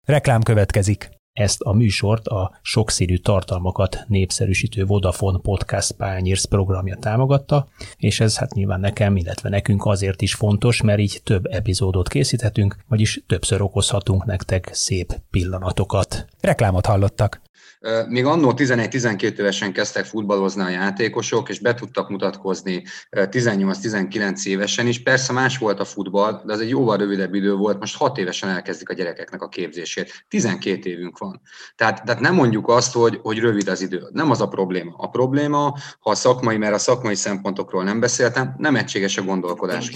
Reklám következik. Ezt a műsort a sokszínű tartalmakat népszerűsítő Vodafone Podcast Pioneers programja támogatta, és ez hát nyilván nekem, illetve nekünk azért is fontos, mert így több epizódot készíthetünk, vagyis többször okozhatunk nektek szép pillanatokat. Reklámot hallottak. Még annó 11-12 évesen kezdtek futballozni a játékosok, és be tudtak mutatkozni 18-19 évesen is. Persze más volt a futball, de az egy jóval rövidebb idő volt, most 6 évesen elkezdik a gyerekeknek a képzését. 12 évünk van. Tehát nem mondjuk azt, hogy rövid az idő. Nem az a probléma. A probléma, ha a szakmai, mert a szakmai szempontokról nem beszéltem, nem egységes a gondolkodás.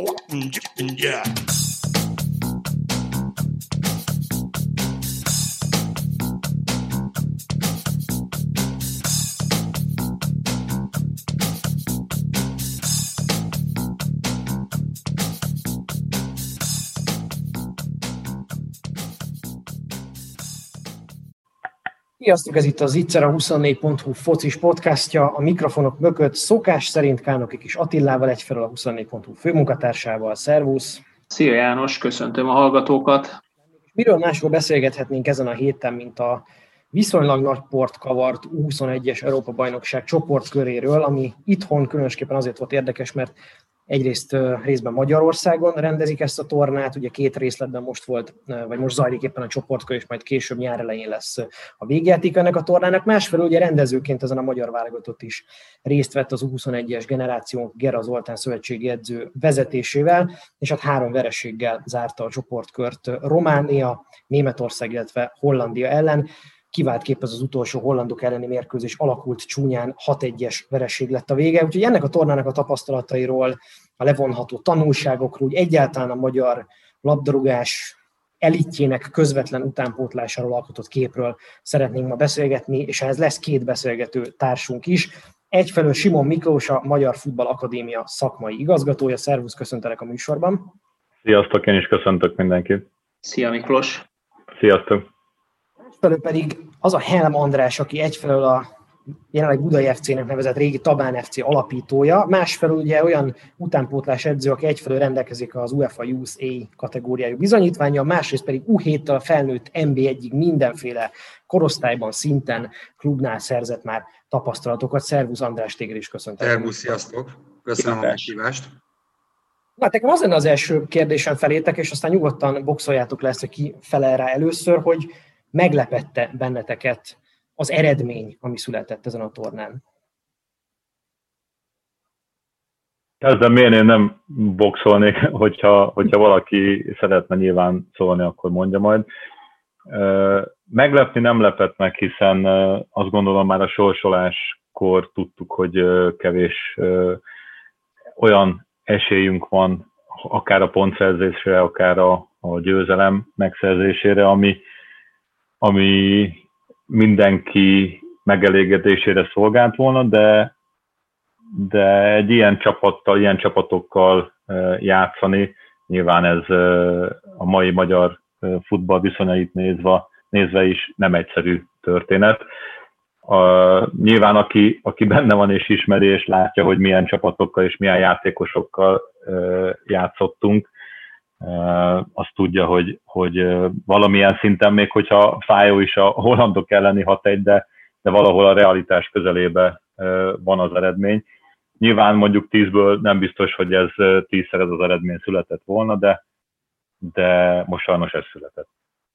Sziasztok, ez itt az Ittszer, a 24.hu focis podcastja, a mikrofonok mögött szokás szerint Kánnoki Kis Attilával, egyfelől a 24.hu főmunkatársával. Szervusz! Szia János, köszöntöm a hallgatókat! Miről másról beszélgethetnénk ezen a héten, mint a viszonylag nagy port kavart U21-es Európa-bajnokság csoportköréről, ami itthon különösképpen azért volt érdekes, mert egyrészt részben Magyarországon rendezik ezt a tornát, ugye 2 részletben most zajlik éppen a csoportkör, és majd később nyár elején lesz a végjáték ennek a tornának. Másfelől ugye rendezőként ezen a magyar válogatott is részt vett az U21-es generáció Gera Zoltán szövetségi edző vezetésével, és hát 3 vereséggel zárta a csoportkört Románia, Németország, illetve Hollandia ellen. Kiváltképp az utolsó hollandok elleni mérkőzés alakult csúnyán, 6-1-es vereség lett a vége. Úgyhogy ennek a tornának a tapasztalatairól, a levonható tanulságokról, úgy egyáltalán a magyar labdarúgás elitjének közvetlen utánpótlásáról alkotott képről szeretnénk ma beszélgetni, és ehhez lesz 2 beszélgető társunk is. Egyfelől Simon Miklós, a Magyar Futball Akadémia szakmai igazgatója. Szervusz, köszöntelek a műsorban. Sziasztok, én is köszöntök mindenkit. Szia Miklós. Sziasztok. Egyfelől pedig az a Helm András, aki egyfelől a jelenleg Budai FC-nek nevezett régi Tabán FC alapítója, másfelől ugye olyan utánpótlás edző, aki egyfelől rendelkezik az UEFA Youth A kategóriájú bizonyítványa, másrészt pedig U7-től felnőtt NB1-ig mindenféle korosztályban, szinten, klubnál szerzett már tapasztalatokat. Szervusz András, téged is köszöntöm. Szervusz, sziasztok! Köszönöm a meghívást! Hát nekem az lenne az első kérdésem felétek, és aztán nyugodtan boxoljátok le ezt, hogy ki felel rá először, hogy meglepette benneteket az eredmény, ami született ezen a tornán? Kezdem, miért én nem boxolnék, hogyha valaki szeretne nyilván szólni, akkor mondja majd. Meglepni nem lepett meg, hiszen azt gondolom már a sorsoláskor tudtuk, hogy kevés olyan esélyünk van, akár a pontszerzésre, akár a győzelem megszerzésére, ami mindenki megelégedésére szolgált volna, de egy ilyen csapattal, ilyen csapatokkal játszani, nyilván ez a mai magyar futball viszonyait nézve is nem egyszerű történet. Nyilván aki benne van és ismeri, és látja, hogy milyen csapatokkal és milyen játékosokkal játszottunk, azt tudja, hogy valamilyen szinten, még hogyha fájó is a hollandok elleni 6-1, de valahol a realitás közelébe van az eredmény. Nyilván mondjuk 10-ből nem biztos, hogy ez 10-szer ez az eredmény született volna, de most sajnos ez született.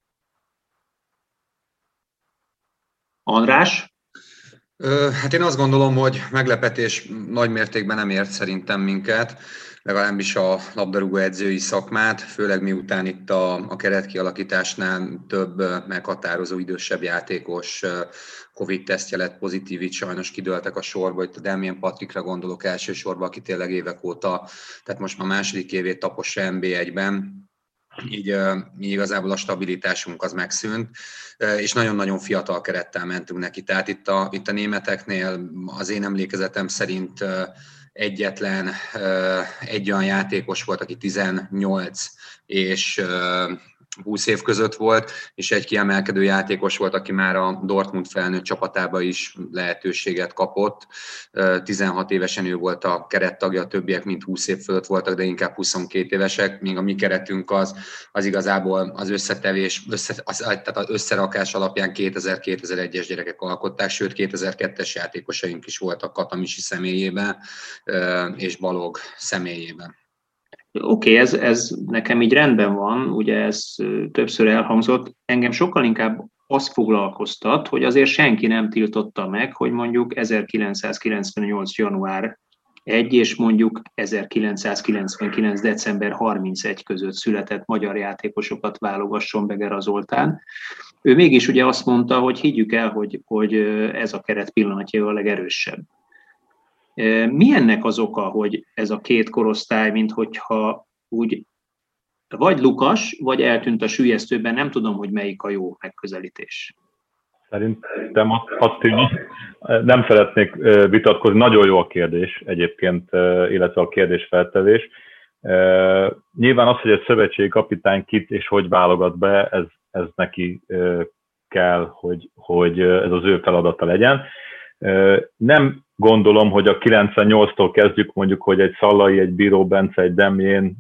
András? Hát én azt gondolom, hogy meglepetés nagy mértékben nem ért szerintem minket, legalábbis a labdarúgó edzői szakmát, főleg miután itt a keretkialakításnál több meghatározó idősebb játékos Covid-tesztje lett pozitív, itt sajnos kidőltek a sorba, itt a Damien Patrickra gondolok elsősorban, aki tényleg évek óta, tehát most már második évét tapossa NB1-ben, így igazából a stabilitásunk az megszűnt, és nagyon-nagyon fiatal kerettel mentünk neki. Tehát itt a németeknél az én emlékezetem szerint egyetlen egy olyan játékos volt, aki 18 és 20 év között volt, és egy kiemelkedő játékos volt, aki már a Dortmund felnőtt csapatába is lehetőséget kapott. 16 évesen ő volt a kerettagja, a többiek mind 20 év fölött voltak, de inkább 22 évesek, míg a mi keretünk az igazából az összetevés, tehát az összerakás alapján 2000-2001-es gyerekek alkották, sőt 2002-es játékosaink is voltak Katamisi személyében és Balog személyében. Oké, ez nekem így rendben van, ugye ez többször elhangzott. Engem sokkal inkább az foglalkoztat, hogy azért senki nem tiltotta meg, hogy mondjuk 1998. január 1 és mondjuk 1999. december 31 között született magyar játékosokat válogasson Beger Zoltán. Ő mégis ugye azt mondta, hogy higgyük el, hogy ez a keret pillanatja a legerősebb. Mi ennek az oka, hogy ez a két korosztály, minthogyha úgy vagy lukas, vagy eltűnt a süllyesztőben, nem tudom, hogy melyik a jó megközelítés. Szerintem azt tűnik, nem szeretnék vitatkozni, nagyon jó a kérdés egyébként, illetve a kérdésfeltevés. Nyilván az, hogy egy szövetségi kapitány kit és hogy válogat be, ez neki kell, hogy ez az ő feladata legyen. Nem gondolom, hogy a 98-tól kezdjük mondjuk, hogy egy Szallai, egy Bíró Bence, egy Demjén,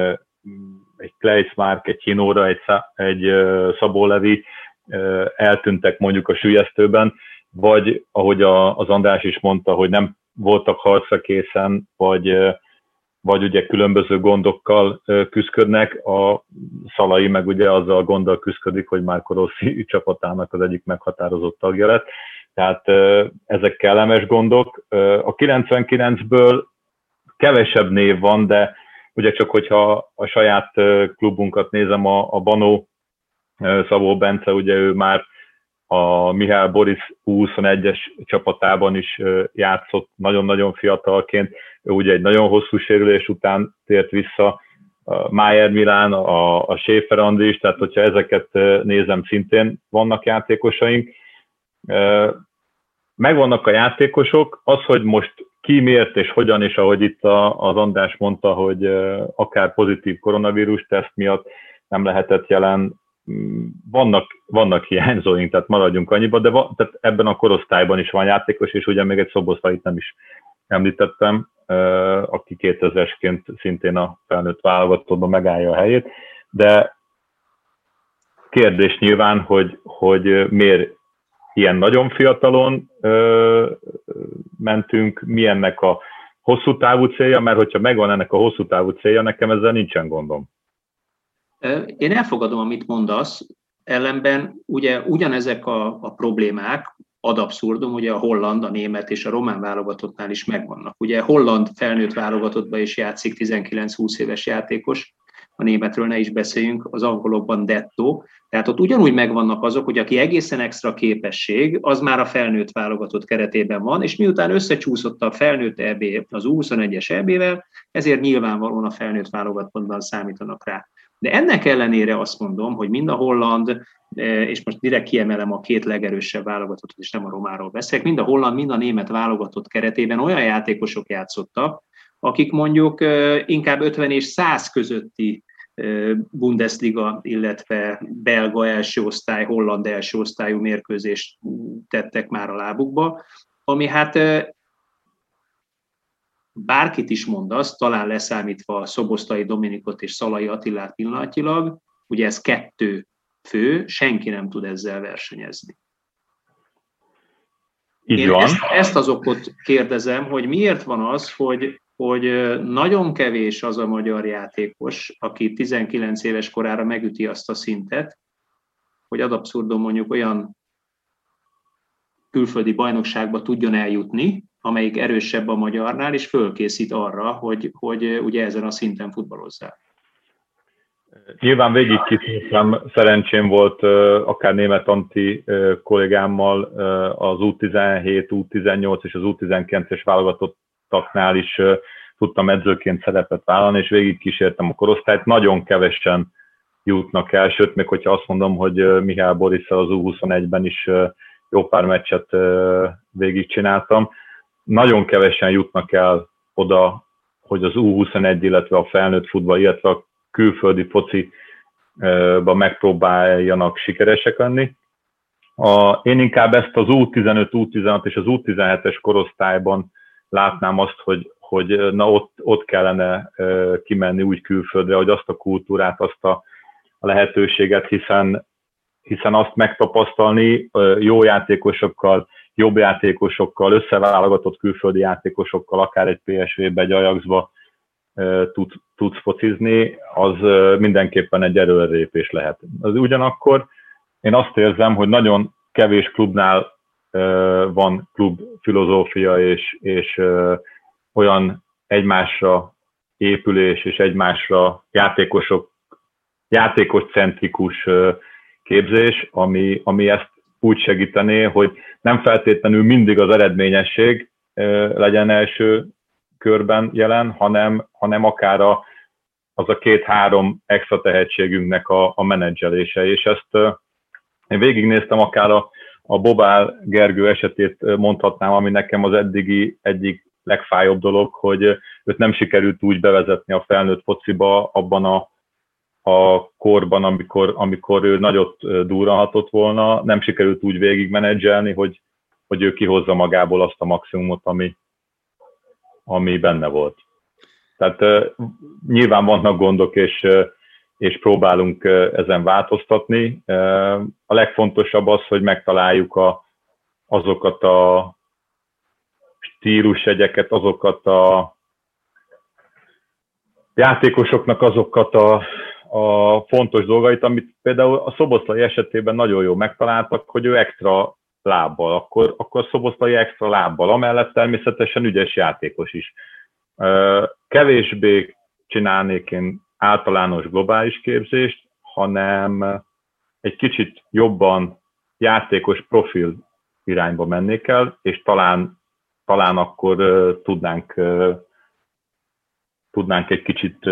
egy Kleismark, egy Hinóra, egy Szabó Levi eltűntek mondjuk a süllyesztőben, vagy ahogy az András is mondta, hogy nem voltak harcra készen, vagy ugye különböző gondokkal küzdködnek, a Szalai meg ugye azzal a gonddal küzdködik, hogy Marco Rossi csapatának az egyik meghatározott tagja lett. Tehát ezek kellemes gondok. A 99-ből kevesebb név van, de ugye csak hogyha a saját klubunkat nézem, a Banó Szabó Bence, ugye ő már a Mihály Boris U21-es csapatában is játszott nagyon-nagyon fiatalként. Ő ugye egy nagyon hosszú sérülés után tért vissza, a Májer Milán, a Schäfer Andris, tehát hogyha ezeket nézem, szintén vannak játékosaink. Megvannak a játékosok, az, hogy most ki, miért és hogyan, és ahogy itt az András mondta, hogy akár pozitív koronavírus teszt miatt nem lehetett jelen, vannak hiányzóink, tehát maradjunk annyiba, de tehát ebben a korosztályban is van játékos, és ugye még egy Szoboszlait nem is említettem, aki 2000-esként szintén a felnőtt válogatottban megállja a helyét, de kérdés nyilván, hogy miért ilyen nagyon fiatalon mentünk, mi ennek a hosszú távú célja, mert hogyha megvan ennek a hosszú távú célja, nekem ezzel nincsen gondom. Én elfogadom, amit mondasz, ellenben ugye ugyanezek a problémák ad abszurdum, ugye a holland, a német és a román válogatottnál is megvannak. Ugye holland felnőtt válogatottban is játszik 19-20 éves játékos, a németről ne is beszéljünk, az angolokban Detto, tehát ott ugyanúgy megvannak azok, hogy aki egészen extra képesség, az már a felnőtt válogatott keretében van, és miután összecsúszott a felnőtt EB az U21-es EB-vel, ezért nyilvánvalóan a felnőtt válogatottban számítanak rá. De ennek ellenére azt mondom, hogy mind a holland, és most direkt kiemelem a két legerősebb válogatottat, és nem a romáról beszélek, mind a holland, mind a német válogatott keretében olyan játékosok játszottak, akik mondjuk inkább 50 és 100 közötti Bundesliga, illetve belga első osztály, holland első osztályú mérkőzést tettek már a lábukba, ami hát bárkit is mondasz, talán leszámítva Szoboszlai Dominikot és Szalai Attilát pillanatilag, ugye ez 2 fő, senki nem tud ezzel versenyezni. Én ezt az okot kérdezem, hogy miért van az, hogy nagyon kevés az a magyar játékos, aki 19 éves korára megüti azt a szintet, hogy ad abszurdum mondjuk olyan külföldi bajnokságba tudjon eljutni, amelyik erősebb a magyarnál, és fölkészít arra, hogy ugye ezen a szinten futballozzál. Nyilván végig kiszéltem, szerencsém volt akár német Antti kollégámmal az U17, U18 és az U19-es válogatottaknál is tudtam edzőként szerepet vállalni, és végig kísértem a korosztályt. Nagyon kevesen jutnak el, sőt, még hogyha azt mondom, hogy Mihály Borisszal az U21-ben is jó pár meccset végigcsináltam. Nagyon kevesen jutnak el oda, hogy az U21, illetve a felnőtt futball, illetve a külföldi foci megpróbáljanak sikeresek lenni. Én inkább ezt az U15, U16 és az U17-es korosztályban látnám azt, hogy na ott kellene kimenni úgy külföldre, hogy azt a kultúrát, azt a lehetőséget, hiszen azt megtapasztalni jó játékosokkal, jobb játékosokkal, összeválogatott külföldi játékosokkal, akár egy PSV-be, egy Ajaxba tudsz focizni, az mindenképpen egy előrelépés lehet. Az ugyanakkor én azt érzem, hogy nagyon kevés klubnál van klub filozófia és olyan egymásra épülés és egymásra játékoscentrikus képzés, ami ezt úgy segítené, hogy nem feltétlenül mindig az eredményesség legyen első körben jelen, hanem akár az a 2-3 extra tehetségünknek a menedzselése. És ezt én végignéztem, akár a Bobál Gergő esetét mondhatnám, ami nekem az eddigi egyik legfájóbb dolog, hogy őt nem sikerült úgy bevezetni a felnőtt fociba abban a korban, amikor ő nagyot durranhatott volna, nem sikerült úgy végigmenedzselni, hogy ő kihozza magából azt a maximumot, ami benne volt. Tehát nyilván vannak gondok, és próbálunk ezen változtatni. A legfontosabb az, hogy megtaláljuk azokat a stílusjegyeket, azokat a játékosoknak azokat a fontos dolgait, amit például a Szoboszlai esetében nagyon jól megtaláltak, hogy ő extra lábbal, akkor Szoboszlai extra lábbal, amellett természetesen ügyes játékos is. Kevésbé csinálnék én általános globális képzést, hanem egy kicsit jobban játékos profil irányba mennék el, és talán akkor tudnánk egy kicsit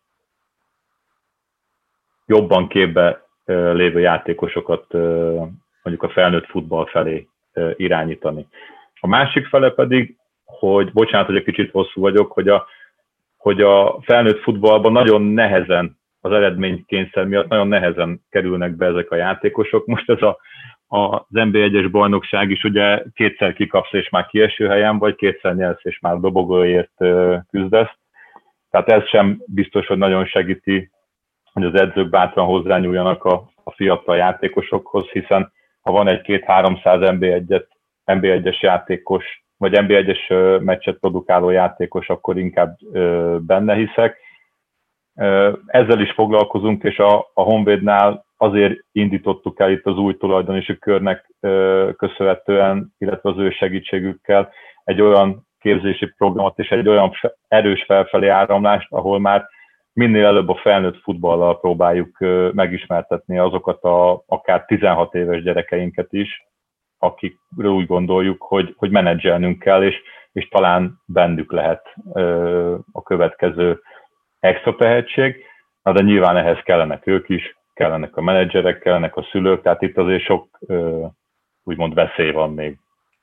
jobban képbe lévő játékosokat mondjuk a felnőtt futball felé irányítani. A másik fele pedig, hogy bocsánat, hogy egy kicsit hosszú vagyok, hogy a felnőtt futballban nagyon nehezen, az eredménykényszer miatt nagyon nehezen kerülnek be ezek a játékosok. Most ez az NB1-es bajnokság is, ugye kétszer kikapsz és már kieső helyen vagy, kétszer nyersz és már dobogóért küzdesz. Tehát ez sem biztos, hogy nagyon segíti, hogy az edzők bátran hozzányúljanak a fiatal játékosokhoz, hiszen ha van egy 200-300 NB1-es játékos, vagy NB1-es meccset produkáló játékos, akkor inkább benne hiszek. Ezzel is foglalkozunk, és a Honvédnál azért indítottuk el itt az új tulajdonosi körnek köszönhetően, illetve az ő segítségükkel egy olyan képzési programot és egy olyan erős felfelé áramlást, ahol már minél előbb a felnőtt futballal próbáljuk megismertetni azokat akár 16 éves gyerekeinket is, akikről úgy gondoljuk, hogy menedzselnünk kell, és talán bennük lehet a következő extra tehetség, de nyilván ehhez kellenek ők is, kellenek a menedzserek, kellenek a szülők, tehát itt azért sok úgymond veszély van még.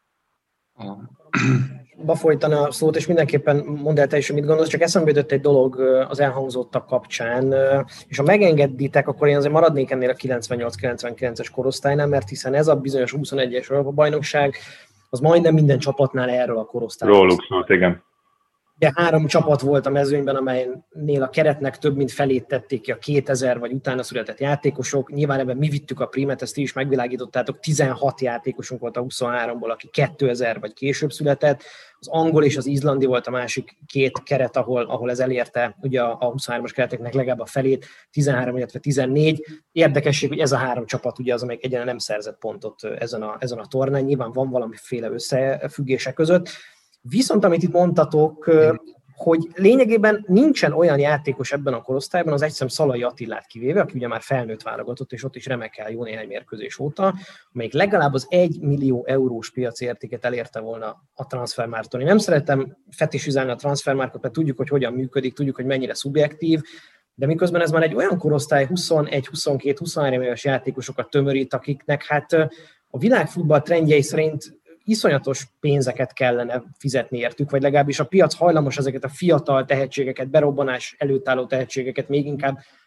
Befolytani a szót, és mindenképpen mondd el te is, mit gondolsz, csak eszembe jutott egy dolog az elhangzottak kapcsán, és ha megengeditek, akkor én azért maradnék ennél a 98-99-es korosztálynál, mert hiszen ez a bizonyos 21-es Európa-bajnokság, az majdnem minden csapatnál erről a korosztályról. Róluk szólt, igen. Ugye 3 csapat volt a mezőnyben, amelynél a keretnek több mint felét tették ki a 2000 vagy utána született játékosok. Nyilván ebben mi vittük a primet, ezt ti is megvilágítottátok, 16 játékosunk volt a 23-ból, aki 2000 vagy később született. Az angol és az izlandi volt a másik 2 keret, ahol ez elérte ugye a 23-as kereteknek legalább a felét, 13, illetve 14. Érdekesség, hogy ez a 3 csapat ugye az, amelyik egyenlően nem szerzett pontot ezen a tornán. Nyilván van valamiféle összefüggések között. Viszont amit itt mondtatok, hogy lényegében nincsen olyan játékos ebben a korosztályban, az egyszerűen Szalai Attilát kivéve, aki ugye már felnőtt válogatott, és ott is remekkel jó néhány mérkőzés óta, amelyik legalább az 1 millió eurós piaci értéket elérte volna a Transfermarkton. Én nem szeretem fetisizálni a Transfermarktot, mert tudjuk, hogy hogyan működik, tudjuk, hogy mennyire szubjektív, de miközben ez már egy olyan korosztály, 21, 22, 23 éves játékosokat tömörít, akiknek hát a világfutball trendjei szerint iszonyatos pénzeket kellene fizetni értük, vagy legalábbis a piac hajlamos ezeket a fiatal tehetségeket, berobbanás előtt álló tehetségeket még inkább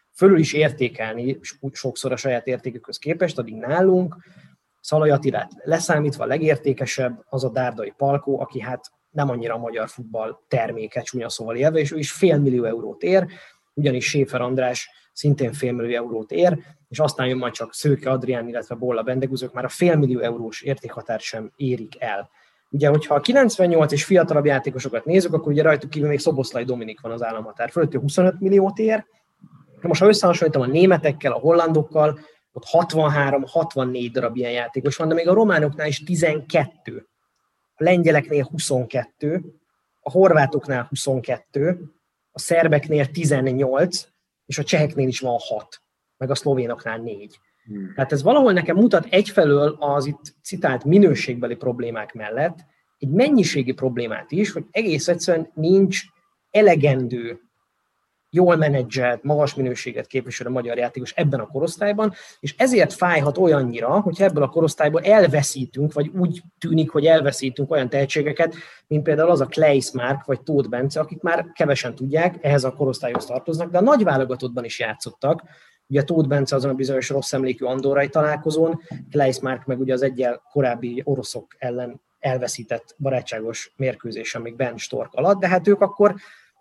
fölül is értékelni sokszor a saját értékükhöz képest, addig nálunk Szalai Attilát leszámítva a legértékesebb az a Dárdai Palkó, aki hát nem annyira a magyar futball terméke, csúnya szóval élve, és ő is $500 000 ér, ugyanis Schäfer András szintén $500 000 ér, és aztán jön majd csak Szőke Adrián, illetve Bolla Bendegúzők, már a $500 000 értékhatárt sem érik el. Ugye, hogyha a 98 és fiatalabb játékosokat nézzük, akkor ugye rajtuk kívül még Szoboszlai Dominik van az államhatár fölött, ő 25 milliót ér. Most ha összehasonlítom a németekkel, a hollandokkal, ott 63-64 darab ilyen játékos van, de még a románoknál is 12, a lengyeleknél 22, a horvátoknál 22, a szerbeknél 18, és a cseheknél is van 6, meg a szlovénoknál 4. Tehát ez valahol nekem mutat egyfelől az itt citált minőségbeli problémák mellett egy mennyiségi problémát is, hogy egész egyszerűen nincs elegendő, jól menedzselt, magas minőséget képviselő magyar játékos ebben a korosztályban, és ezért fájhat olyannyira, hogy ebből a korosztályból elveszítünk, vagy úgy tűnik, hogy elveszítünk olyan tehetségeket, mint például az a Kleismark vagy Tóth Bence, akik már kevesen tudják, ehhez a korosztályhoz tartoznak, de a nagy válogatottban is játszottak. Ugye Tóth Bence azon a bizonyos rossz emlékű andorrai találkozón, Kleismark meg ugye az egyel korábbi oroszok ellen elveszített barátságos mérkőzésen még Ben Stork alatt, de hát ők akkor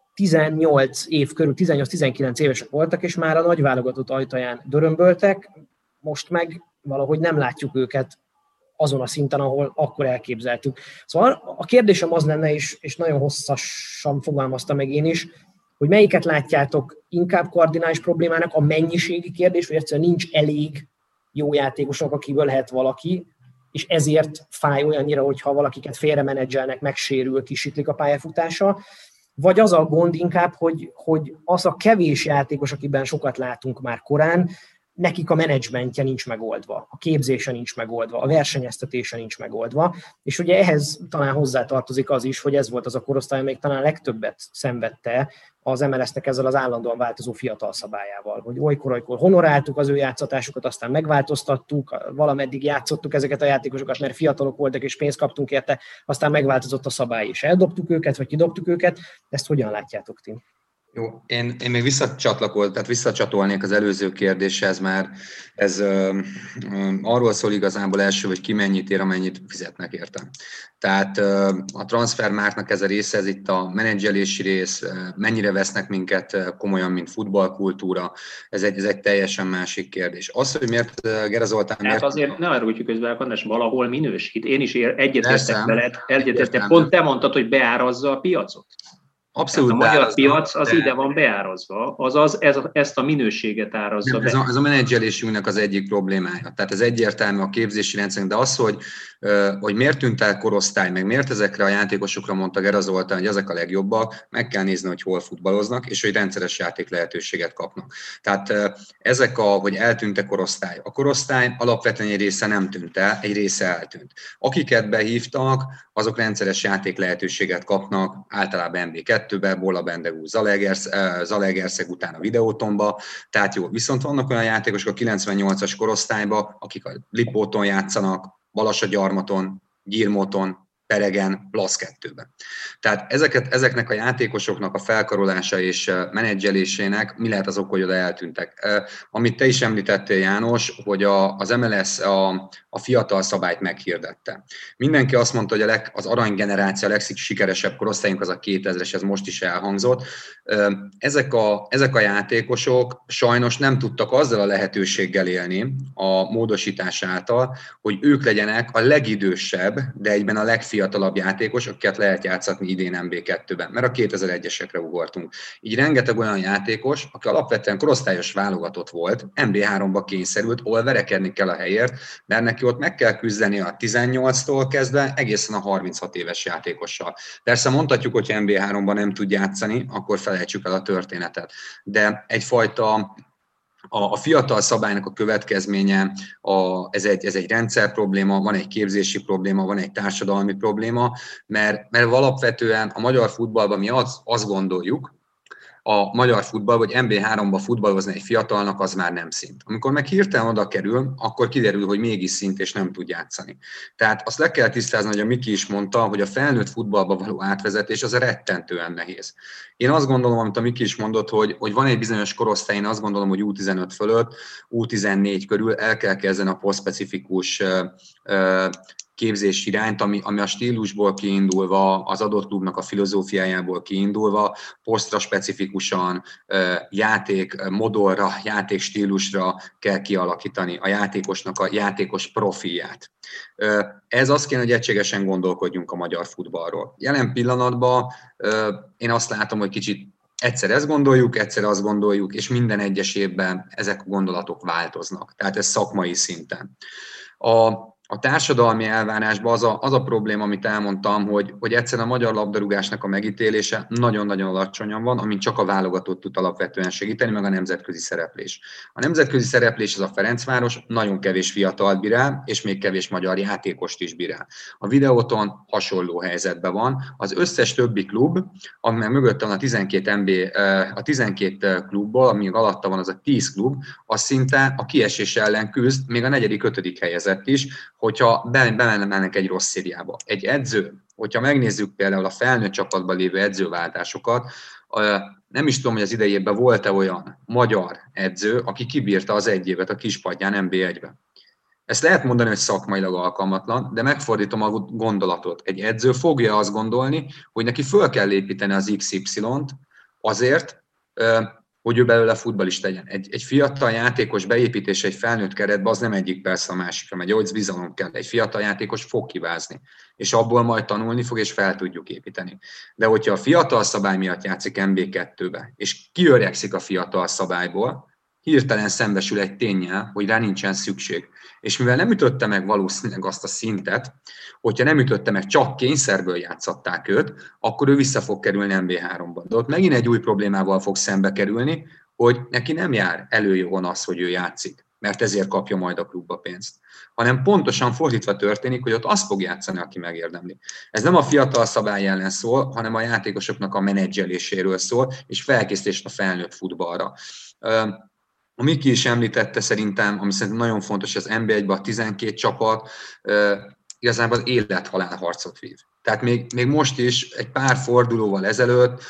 18 év körül, 18-19 évesek voltak, és már a nagy válogatott ajtaján dörömböltek, most meg valahogy nem látjuk őket azon a szinten, ahol akkor elképzeltük. Szóval a kérdésem az lenne, és nagyon hosszasan fogalmaztam meg én is, hogy melyiket látjátok inkább kardinális problémának, a mennyiségi kérdés, hogy egyszerűen nincs elég jó játékosok, akiből lehet valaki, és ezért fáj olyannyira, hogyha valakiket félremenedzselnek, megsérül, kisítlik a pályafutása, vagy az a gond inkább, hogy az a kevés játékos, akiben sokat látunk már korán, nekik a menedzsmentje nincs megoldva, a képzése nincs megoldva, a versenyeztetése nincs megoldva, és ugye ehhez talán hozzátartozik az is, hogy ez volt az a korosztály, amelyik talán legtöbbet szenvedte az MLS-nek ezzel az állandóan változó fiatal szabályával, hogy olykor honoráltuk az ő játszatásukat, aztán megváltoztattuk, valameddig játszottuk ezeket a játékosokat, mert fiatalok voltak és pénzt kaptunk érte, aztán megváltozott a szabály, és eldobtuk őket, vagy kidobtuk őket. Ezt hogyan látjátok ti? Jó, én még visszacsatolnék az előző kérdéshez, mert ez arról szól igazából első, hogy ki mennyit ér, amennyit fizetnek érte. Tehát a transfermárknak ez a része, ez itt a menedzselési rész, mennyire vesznek minket komolyan, mint futballkultúra, ez egy teljesen másik kérdés. Az, hogy miért Gera Zoltán... Hát azért ne arra közben, András, valahol minősít. Én is egyetértek veled, pont te mondtad, hogy beárazza a piacot. Abszolút. A magyar piac az ide van beárazva, azaz ezt a minőséget árazza be. Ez a menedzselésünknek az egyik problémája. Tehát ez egyértelmű a képzési rendszerünk, de az, hogy miért tűnt el korosztály, meg miért ezekre a játékosokra mondta Gera Zoltán, hogy ezek a legjobbak, meg kell nézni, hogy hol futballoznak, és hogy rendszeres játék lehetőséget kapnak. Tehát hogy eltűnt-e korosztály. A korosztály alapvetően egy része nem tűnt el, egy része eltűnt. Akiket behívtak, azok rendszeres játék lehetőséget kapnak, általában MB2-be, Bolla Bendegúz, Zalaegerszeg, utána Videótonba, tehát jó. Viszont vannak olyan játékosok a 98-as korosztályban, akik a Lipóton játszanak, Balassagyarmaton, Gyirmoton, Peregen, Lasz 2-ben. Tehát ezeknek a játékosoknak a felkarolása és menedzselésének mi lehet az ok, hogy oda eltűntek. Amit te is említettél, János, hogy az MLS a fiatal szabályt meghirdette. Mindenki azt mondta, hogy az aranygeneráció, a legsikeresebb korosztályunk az a 2000-es, ez most is elhangzott. Ezek a játékosok sajnos nem tudtak azzal a lehetőséggel élni a módosítás által, hogy ők legyenek a legidősebb, de egyben a legfiatalabb játékos, akiket lehet játszatni idén MB2-ben, mert a 2001-esekre ugortunk. Így rengeteg olyan játékos, aki alapvetően korosztályos válogatott volt, MB3-ba kényszerült, ahol verekedni kell a helyért, mert neki ott meg kell küzdeni a 18-tól kezdve egészen a 36 éves játékossal. Persze mondhatjuk, hogy MB3-ban nem tud játszani, akkor felejtsük el a történetet. De egyfajta a fiatal szabálynak a következménye, ez egy rendszer probléma, van egy képzési probléma, van egy társadalmi probléma, mert alapvetően a magyar futballban mi azt gondoljuk, a magyar futball, vagy NB3-ba futballozni egy fiatalnak, az már nem szint. Amikor meg hirtelen oda kerül, akkor kiderül, hogy mégis szint, és nem tud játszani. Tehát azt le kell tisztázni, hogy a Miki is mondta, hogy a felnőtt futballba való átvezetés az rettentően nehéz. Én azt gondolom, amit a Miki is mondott, hogy van egy bizonyos korosztály, én azt gondolom, hogy U15 fölött, U14 körül el kell kezdeni a posztspecifikus képzés irányt, ami a stílusból kiindulva, az adott klubnak a filozófiájából kiindulva, posztra specifikusan, játék modorra, játék stílusra kell kialakítani a játékosnak a játékos profilját. Ez azt kéne, hogy egységesen gondolkodjunk a magyar futballról. Jelen pillanatban én azt látom, hogy kicsit egyszer ezt gondoljuk, egyszer azt gondoljuk, és minden egyes évben ezek a gondolatok változnak. Tehát ez szakmai szinten. A társadalmi elvárásban az a probléma, amit elmondtam, hogy egyszerűen a magyar labdarúgásnak a megítélése nagyon-nagyon alacsonyan van, amin csak a válogatott tud alapvetően segíteni, meg a nemzetközi szereplés. A nemzetközi szereplés az a Ferencváros, nagyon kevés fiatalt bír el, és még kevés magyar játékost is bír el. A Videóton hasonló helyzetben van. Az összes többi klub, ami mögött van a 12 klubból, ami alatta van az a 10 klub, az szinte a kiesés ellen küzd, még a 4.-5. helyezett is, hogyha bemennek egy rossz szériába. Egy edző, hogyha megnézzük például a felnőtt csapatban lévő edzőváltásokat, nem is tudom, hogy az idejében volt-e olyan magyar edző, aki kibírta az egy évet a kispadján NB1-be. Ezt lehet mondani, hogy szakmailag alkalmatlan, de megfordítom a gondolatot. Egy edző fogja azt gondolni, hogy neki föl kell építeni az XY-t azért, hogy ő belőle futballista legyen. Egy fiatal játékos beépítése egy felnőtt keretbe, az nem egyik persze a másikra megy, hogy bizalom kell. Egy fiatal játékos fog hibázni, és abból majd tanulni fog, és fel tudjuk építeni. De hogyha a fiatal szabály miatt játszik NB2-be, és kiöregszik a fiatal szabályból, hirtelen szembesül egy ténnyel, hogy rá nincsen szükség. És mivel nem ütötte meg valószínűleg azt a szintet, hogyha nem ütötte meg, csak kényszerből játszatták őt, akkor ő vissza fog kerülni NB3-ba. De ott megint egy új problémával fog szembe kerülni, hogy neki nem jár előjogon az, hogy ő játszik, mert ezért kapja majd a klubba pénzt. Hanem pontosan fordítva történik, hogy ott azt fog játszani, aki megérdemli. Ez nem a fiatal szabály ellen szól, hanem a játékosoknak a menedzseléséről szól, és felkészítést a felnőtt futballra. A Miki is említette szerintem, ami szerintem nagyon fontos, az NB1-ben a 12 csapat igazából az élet-halál harcot vív. Tehát még most is egy pár fordulóval ezelőtt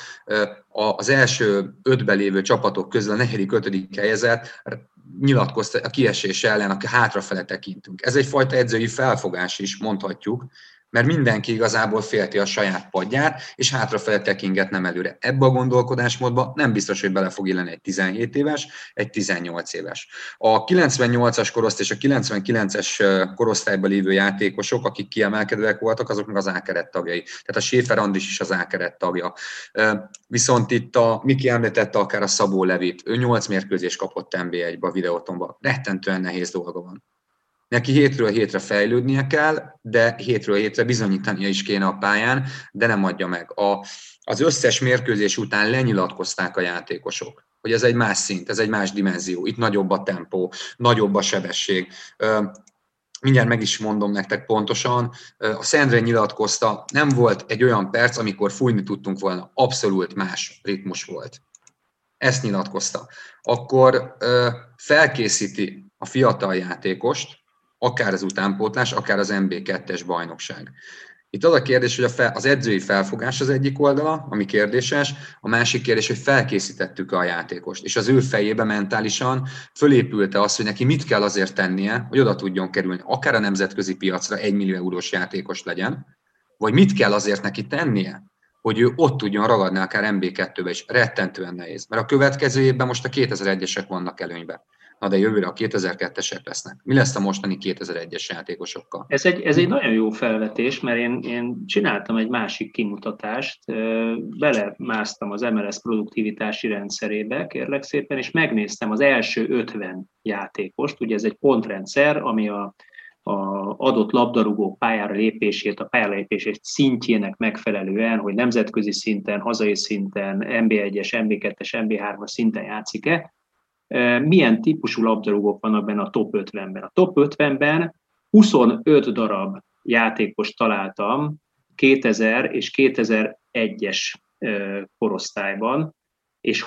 az első 5-ben lévő csapatok közül a 4.-5. helyezett nyilatkozta a kiesés ellen, aki hátrafele tekintünk. Ez egyfajta edzői felfogás is, mondhatjuk, mert mindenki igazából félti a saját padját, és hátrafele tekinget nem előre. Ebbe a gondolkodásmódba nem biztos, hogy bele fog illeni egy 17 éves, egy 18 éves. A 98-as korosztály és a 99-es korosztályban lévő játékosok, akik kiemelkedőek voltak, azok meg az A-keret tagjai. Tehát a Schäfer Andis is az A-keret tagja. Viszont itt a Miki említette akár a Szabó Levit. Ő 8 mérkőzést kapott NB1-be a Videótonban. Rettentően nehéz dolga van. Neki hétről hétre fejlődnie kell, de hétről hétre bizonyítania is kéne a pályán, de nem adja meg. Az összes mérkőzés után lenyilatkozták a játékosok, hogy ez egy más szint, ez egy más dimenzió. Itt nagyobb a tempó, nagyobb a sebesség. Mindjárt meg is mondom nektek pontosan. A Szendre nyilatkozta, nem volt egy olyan perc, amikor fújni tudtunk volna. Abszolút más ritmus volt. Ezt nyilatkozta. Akkor felkészíti a fiatal játékost, akár az utánpótlás, akár az NB2-es bajnokság. Itt az a kérdés, hogy az edzői felfogás az egyik oldala, ami kérdéses, a másik kérdés, hogy felkészítettük a játékost, és az ő fejébe mentálisan fölépülte azt, hogy neki mit kell azért tennie, hogy oda tudjon kerülni, akár a nemzetközi piacra 1 millió eurós játékos legyen, vagy mit kell azért neki tennie, hogy ő ott tudjon ragadni akár NB2-be is. Rettentően nehéz, mert a következő évben most a 2001-esek vannak előnyben. Na de jövőre a 2002-esek lesznek. Mi lesz a mostani 2001-es játékosokkal? Ez egy nagyon jó felvetés, mert én csináltam egy másik kimutatást, belemásztam az MLS produktivitási rendszerébe, kérlek szépen, és megnéztem az első 50 játékost. Ugye ez egy pontrendszer, ami a adott labdarúgó pályára lépését, a pályalépését szintjének megfelelően, hogy nemzetközi szinten, hazai szinten, NB1-es, NB2-es, NB3-as szinten játszik-e, milyen típusú labdarúgók vannak benne a top 50-ben. A top 50-ben 25 darab játékost találtam 2000 és 2001-es korosztályban, és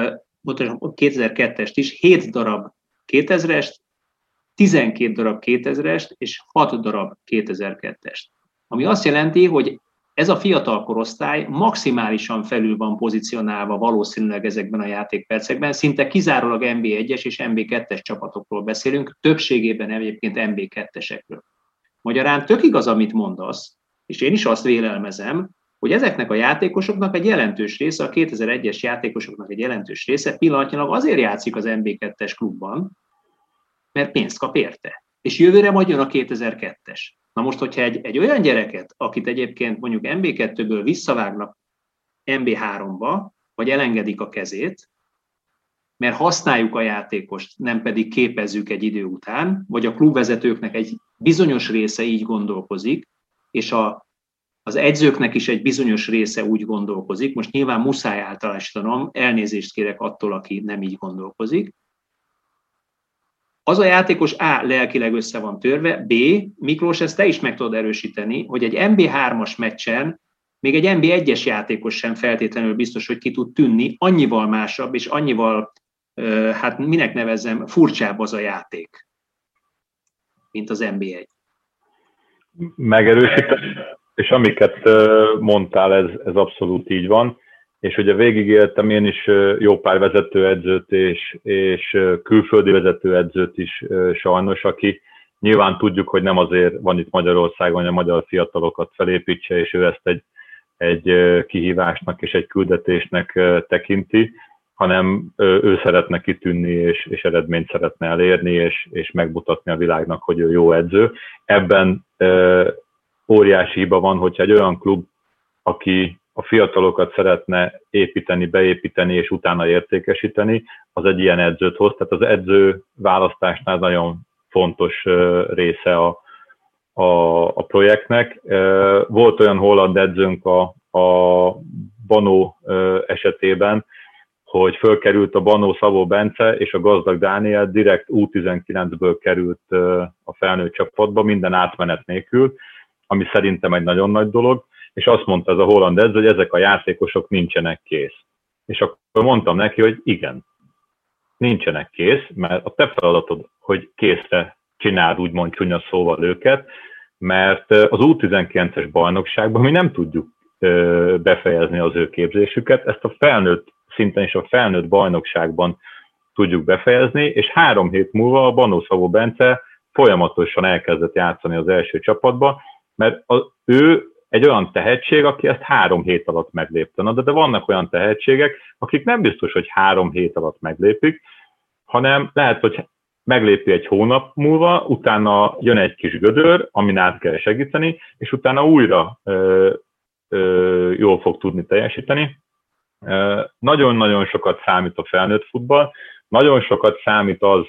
2002-est is, 7 darab 2000-est, 12 darab 2000-est és 6 darab 2002-est. Ami azt jelenti, hogy ez a fiatal korosztály maximálisan felül van pozícionálva valószínűleg ezekben a játékpercekben, szinte kizárólag NB1-es és NB2-es csapatokról beszélünk, többségében egyébként NB2-esekről. Magyarán tök igaz, amit mondasz, és én is azt vélelmezem, hogy ezeknek a játékosoknak egy jelentős része, a 2001-es játékosoknak egy jelentős része pillanatnyilag azért játszik az NB2-es klubban, mert pénzt kap érte. És jövőre majd jön a 2002-es. Na most, hogyha egy olyan gyereket, akit egyébként mondjuk NB2-ből visszavágnak NB3-ba, vagy elengedik a kezét, mert használjuk a játékost, nem pedig képezzük egy idő után, vagy a klubvezetőknek egy bizonyos része így gondolkozik, és az edzőknek is egy bizonyos része úgy gondolkozik, most nyilván muszáj általánosítanom, elnézést kérek attól, aki nem így gondolkozik. Az a játékos A. lelkileg össze van törve, B. Miklós, ezt te is meg tudod erősíteni, hogy egy NB3-as meccsen még egy NB1-es játékos sem feltétlenül biztos, hogy ki tud tűnni, annyival másabb és annyival, hát minek nevezzem, furcsább az a játék, mint az NB1. Megerősítem, és amiket mondtál, ez abszolút így van. És ugye végigéltem én is jó pár vezetőedzőt és külföldi vezetőedzőt is sajnos, aki nyilván tudjuk, hogy nem azért van itt Magyarországon, hogy a magyar fiatalokat felépítse, és ő ezt egy kihívásnak és egy küldetésnek tekinti, hanem ő szeretne kitűnni, és eredményt szeretne elérni, és megmutatni a világnak, hogy ő jó edző. Ebben óriási hiba van, hogyha egy olyan klub, aki a fiatalokat szeretne építeni, beépíteni és utána értékesíteni, az egy ilyen edzőt hoz. Tehát az edző választásnál nagyon fontos része a projektnek. Volt olyan holland edzőnk a Banó esetében, hogy fölkerült a Banó Szabó Bence és a Gazdag Dániel direkt U19-ből került a felnőtt csapatba, minden átmenet nélkül, ami szerintem egy nagyon nagy dolog, és azt mondta ez a holland edző, hogy ezek a játékosok nincsenek kész. És akkor mondtam neki, hogy igen, nincsenek kész, mert a te feladatod, hogy készre csináld úgymond csúnya szóval őket, mert az U19-es bajnokságban mi nem tudjuk befejezni az ő képzésüket, ezt a felnőtt szinten és a felnőtt bajnokságban tudjuk befejezni, és 3 hét múlva a Banó Szabó Bence folyamatosan elkezdett játszani az első csapatba, mert ő egy olyan tehetség, aki ezt 3 hét alatt meglépte. De vannak olyan tehetségek, akik nem biztos, hogy 3 hét alatt meglépik, hanem lehet, hogy meglépi egy hónap múlva, utána jön egy kis gödör, amin át kell segíteni, és utána újra jól fog tudni teljesíteni. Nagyon-nagyon sokat számít a felnőtt futball, nagyon sokat számít az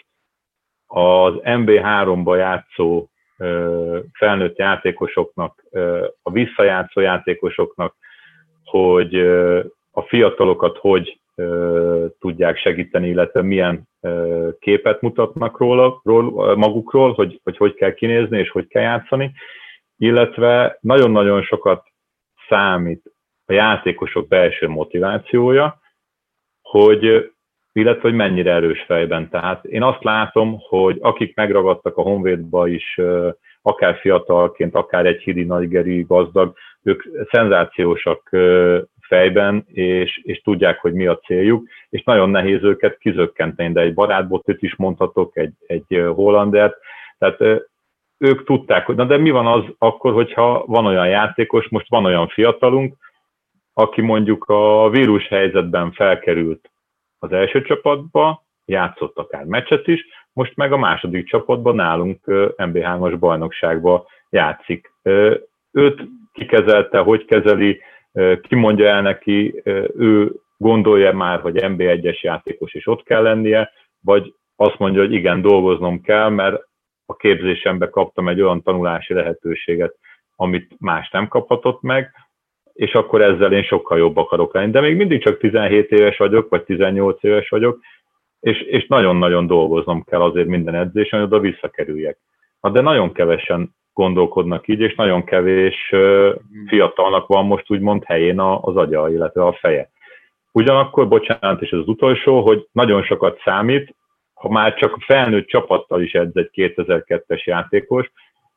NB3-ba játszó felnőtt játékosoknak, a visszajátszó játékosoknak, hogy a fiatalokat hogy tudják segíteni, illetve milyen képet mutatnak magukról, hogy kell kinézni és hogy kell játszani, illetve nagyon-nagyon sokat számít a játékosok belső motivációja, illetve hogy mennyire erős fejben. Tehát én azt látom, hogy akik megragadtak a Honvédba is, akár fiatalként, akár egy Hidi, Nagygeri, Gazdag, ők szenzációsak fejben, és tudják, hogy mi a céljuk, és nagyon nehéz őket kizökkenteni, de egy barátbotot is mondhatok, egy hollandert, tehát ők tudták, hogy de mi van az akkor, hogyha van olyan játékos, most van olyan fiatalunk, aki mondjuk a vírus helyzetben felkerült az első csapatba, játszott akár meccset is, most meg a második csapatban nálunk NB3-as bajnokságba játszik. Őt kikezelte, hogy kezeli, ki mondja el neki, ő gondolja már, hogy NB1-es játékos is ott kell lennie, vagy azt mondja, hogy igen, dolgoznom kell, mert a képzésembe kaptam egy olyan tanulási lehetőséget, amit más nem kaphatott meg, és akkor ezzel én sokkal jobb akarok lenni. De még mindig csak 17 éves vagyok, vagy 18 éves vagyok, és nagyon-nagyon dolgoznom kell azért minden edzésen, hogy oda visszakerüljek. De nagyon kevesen gondolkodnak így, és nagyon kevés fiatalnak van most úgymond helyén az agya, illetve a feje. Ugyanakkor, bocsánat, és ez az utolsó, hogy nagyon sokat számít, ha már csak felnőtt csapattal is edz egy 2002-es játékos,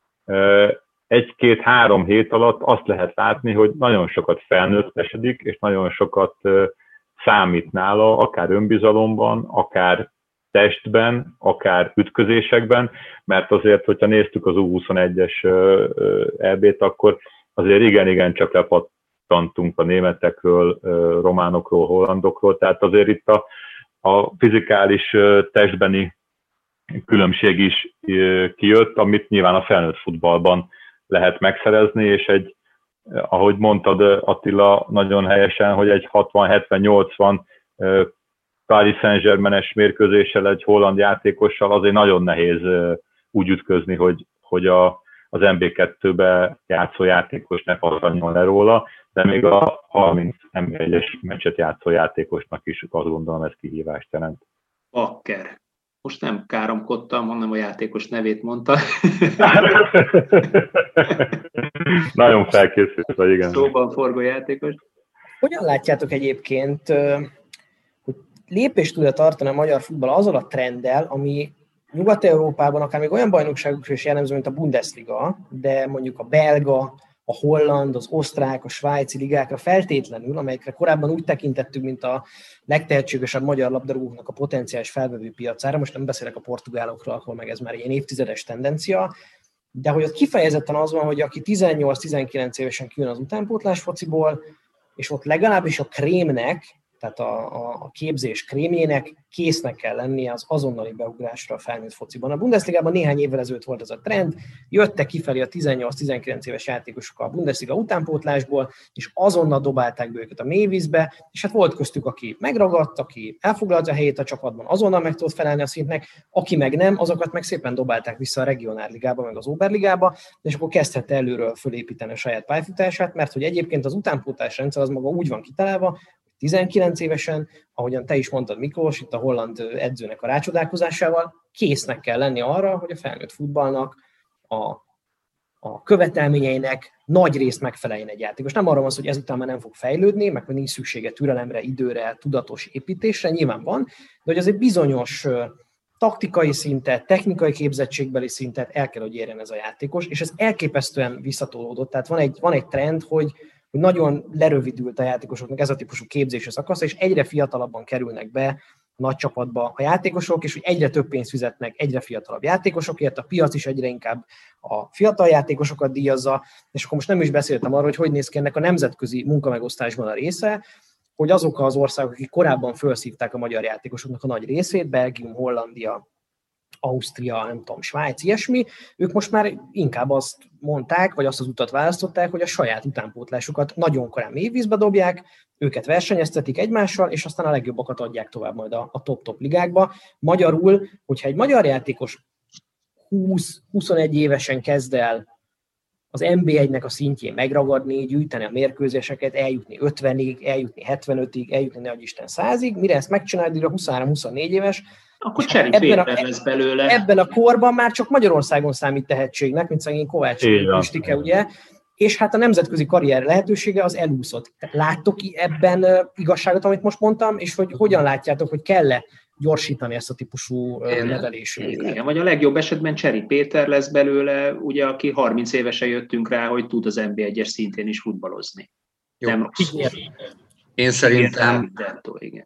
1-2-3 hét alatt azt lehet látni, hogy nagyon sokat felnőttesedik, és nagyon sokat számít nála, akár önbizalomban, akár testben, akár ütközésekben, mert azért, hogyha néztük az U21-es EB-t, akkor azért igen csak lepattantunk a németekről, románokról, hollandokról, tehát azért itt a fizikális testbeni különbség is kijött, amit nyilván a felnőtt futballban lehet megszerezni, és ahogy mondtad Attila nagyon helyesen, hogy egy 60-70-80 Paris Saint-Germain-es mérkőzéssel, egy holland játékossal azért nagyon nehéz úgy ütközni, hogy az MB2-be játszó játékos ne pattanjon le róla, de még a 30 MB1-es meccset játszó játékosnak is azt gondolom ez kihívást jelent. Bakker. Most nem káromkodtam, hanem a játékos nevét mondta. Nagyon felkészült vagy, igen. Szóban forgó játékos. Hogyan látjátok egyébként, hogy lépést tud-e tartani a magyar futball azzal a trenddel, ami Nyugat-Európában akár még olyan bajnokságokra is jellemző, mint a Bundesliga, de mondjuk a belga, a holland, az osztrák, a svájci ligákra feltétlenül, amelyekre korábban úgy tekintettük, mint a legtehetségesebb magyar labdarúgóknak a potenciális felvevő piacára, most nem beszélek a portugálokról, ahol meg ez már egy évtizedes tendencia, de hogy ott kifejezetten az van, hogy aki 18-19 évesen kijön az utánpótlás fociból, és ott legalábbis a krémnek, tehát a képzés krémjének késznek kell lennie az azonnali beugrásra a felnőtt fociban. A Bundesligában néhány évvel ezelőtt volt ez a trend, jöttek kifelé a 18-19 éves játékosok a Bundesliga utánpótlásból, és azonnal dobálták be őket a mélyvízbe, és hát volt köztük, aki megragadt, aki elfoglalta a helyét a csapatban, azonnal meg tudott felelni a szintnek, aki meg nem, azokat meg szépen dobálták vissza a regionálligába, meg az Oberligába, és akkor kezdhette előről fölépíteni a saját pályafutását, mert hogy egyébként az utánpótlás rendszer az maga úgy van kitalálva, 19 évesen, ahogyan te is mondtad, Miklós, itt a holland edzőnek a rácsodálkozásával, késznek kell lenni arra, hogy a felnőtt futballnak, a követelményeinek nagy részt megfeleljen egy játékos. Nem arra van szó, hogy ezután már nem fog fejlődni, meg hogy nincs szüksége türelemre, időre, tudatos építésre, nyilván van, de hogy azért bizonyos taktikai szintet, technikai képzettségbeli szintet el kell, hogy érjen ez a játékos, és ez elképesztően visszatolódott. Tehát van egy trend, hogy nagyon lerövidült a játékosoknak ez a típusú képzési szakasz, és egyre fiatalabban kerülnek be a nagy csapatba a játékosok, és hogy egyre több pénzt fizetnek egyre fiatalabb játékosokért, a piac is egyre inkább a fiatal játékosokat díjazza, és akkor most nem is beszéltem arról, hogy néz ki ennek a nemzetközi munkamegosztásban a része, hogy azok az országok, akik korábban felszívták a magyar játékosoknak a nagy részét, Belgium, Hollandia, Ausztria, nem tudom, Svájc, ilyesmi, ők most már inkább azt mondták, vagy azt az utat választották, hogy a saját utánpótlásukat nagyon korán mélyvízbe dobják, őket versenyeztetik egymással, és aztán a legjobbakat adják tovább majd a top-top ligákba. Magyarul, hogyha egy magyar játékos 20-21 évesen kezd el az NB1-nek a szintjén megragadni, gyűjteni a mérkőzéseket, eljutni 50-ig, eljutni 75-ig, eljutni ne adj Isten 100-ig, mire ezt megcsinálod, a 23-24 éves, akkor Cseri Péter lesz belőle. Ebben a korban már csak Magyarországon számít tehetségnek, mint szegény Kovács Pistike, ugye? És hát a nemzetközi karrier lehetősége az elúszott. Láttok ebben igazságot, amit most mondtam, és hogy hogyan látjátok, hogy kell-e gyorsítani ezt a típusú nevelésű? Igen, vagy a legjobb esetben Cseri Péter lesz belőle, ugye, aki 30 évesen jöttünk rá, hogy tud az NB1-es szintén is futballozni. Jó. Nem rossz. Én szerintem... Igen.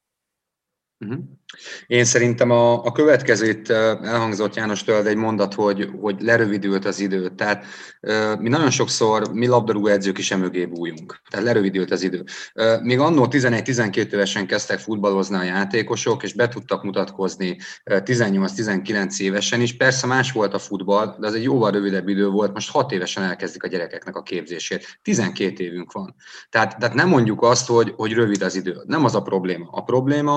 Én szerintem a következőt elhangzott Jánostól egy mondat, hogy lerövidült az idő. Tehát mi nagyon sokszor, mi labdarúgó edzők is emögé bújunk. Tehát lerövidült az idő. Még annó 11-12 évesen kezdtek futballozni a játékosok, és be tudtak mutatkozni 18-19 évesen is. Persze más volt a futball, de az egy jóval rövidebb idő volt. Most 6 évesen elkezdik a gyerekeknek a képzését. 12 évünk van. Tehát nem mondjuk azt, hogy rövid az idő. Nem az a probléma. A probléma, ha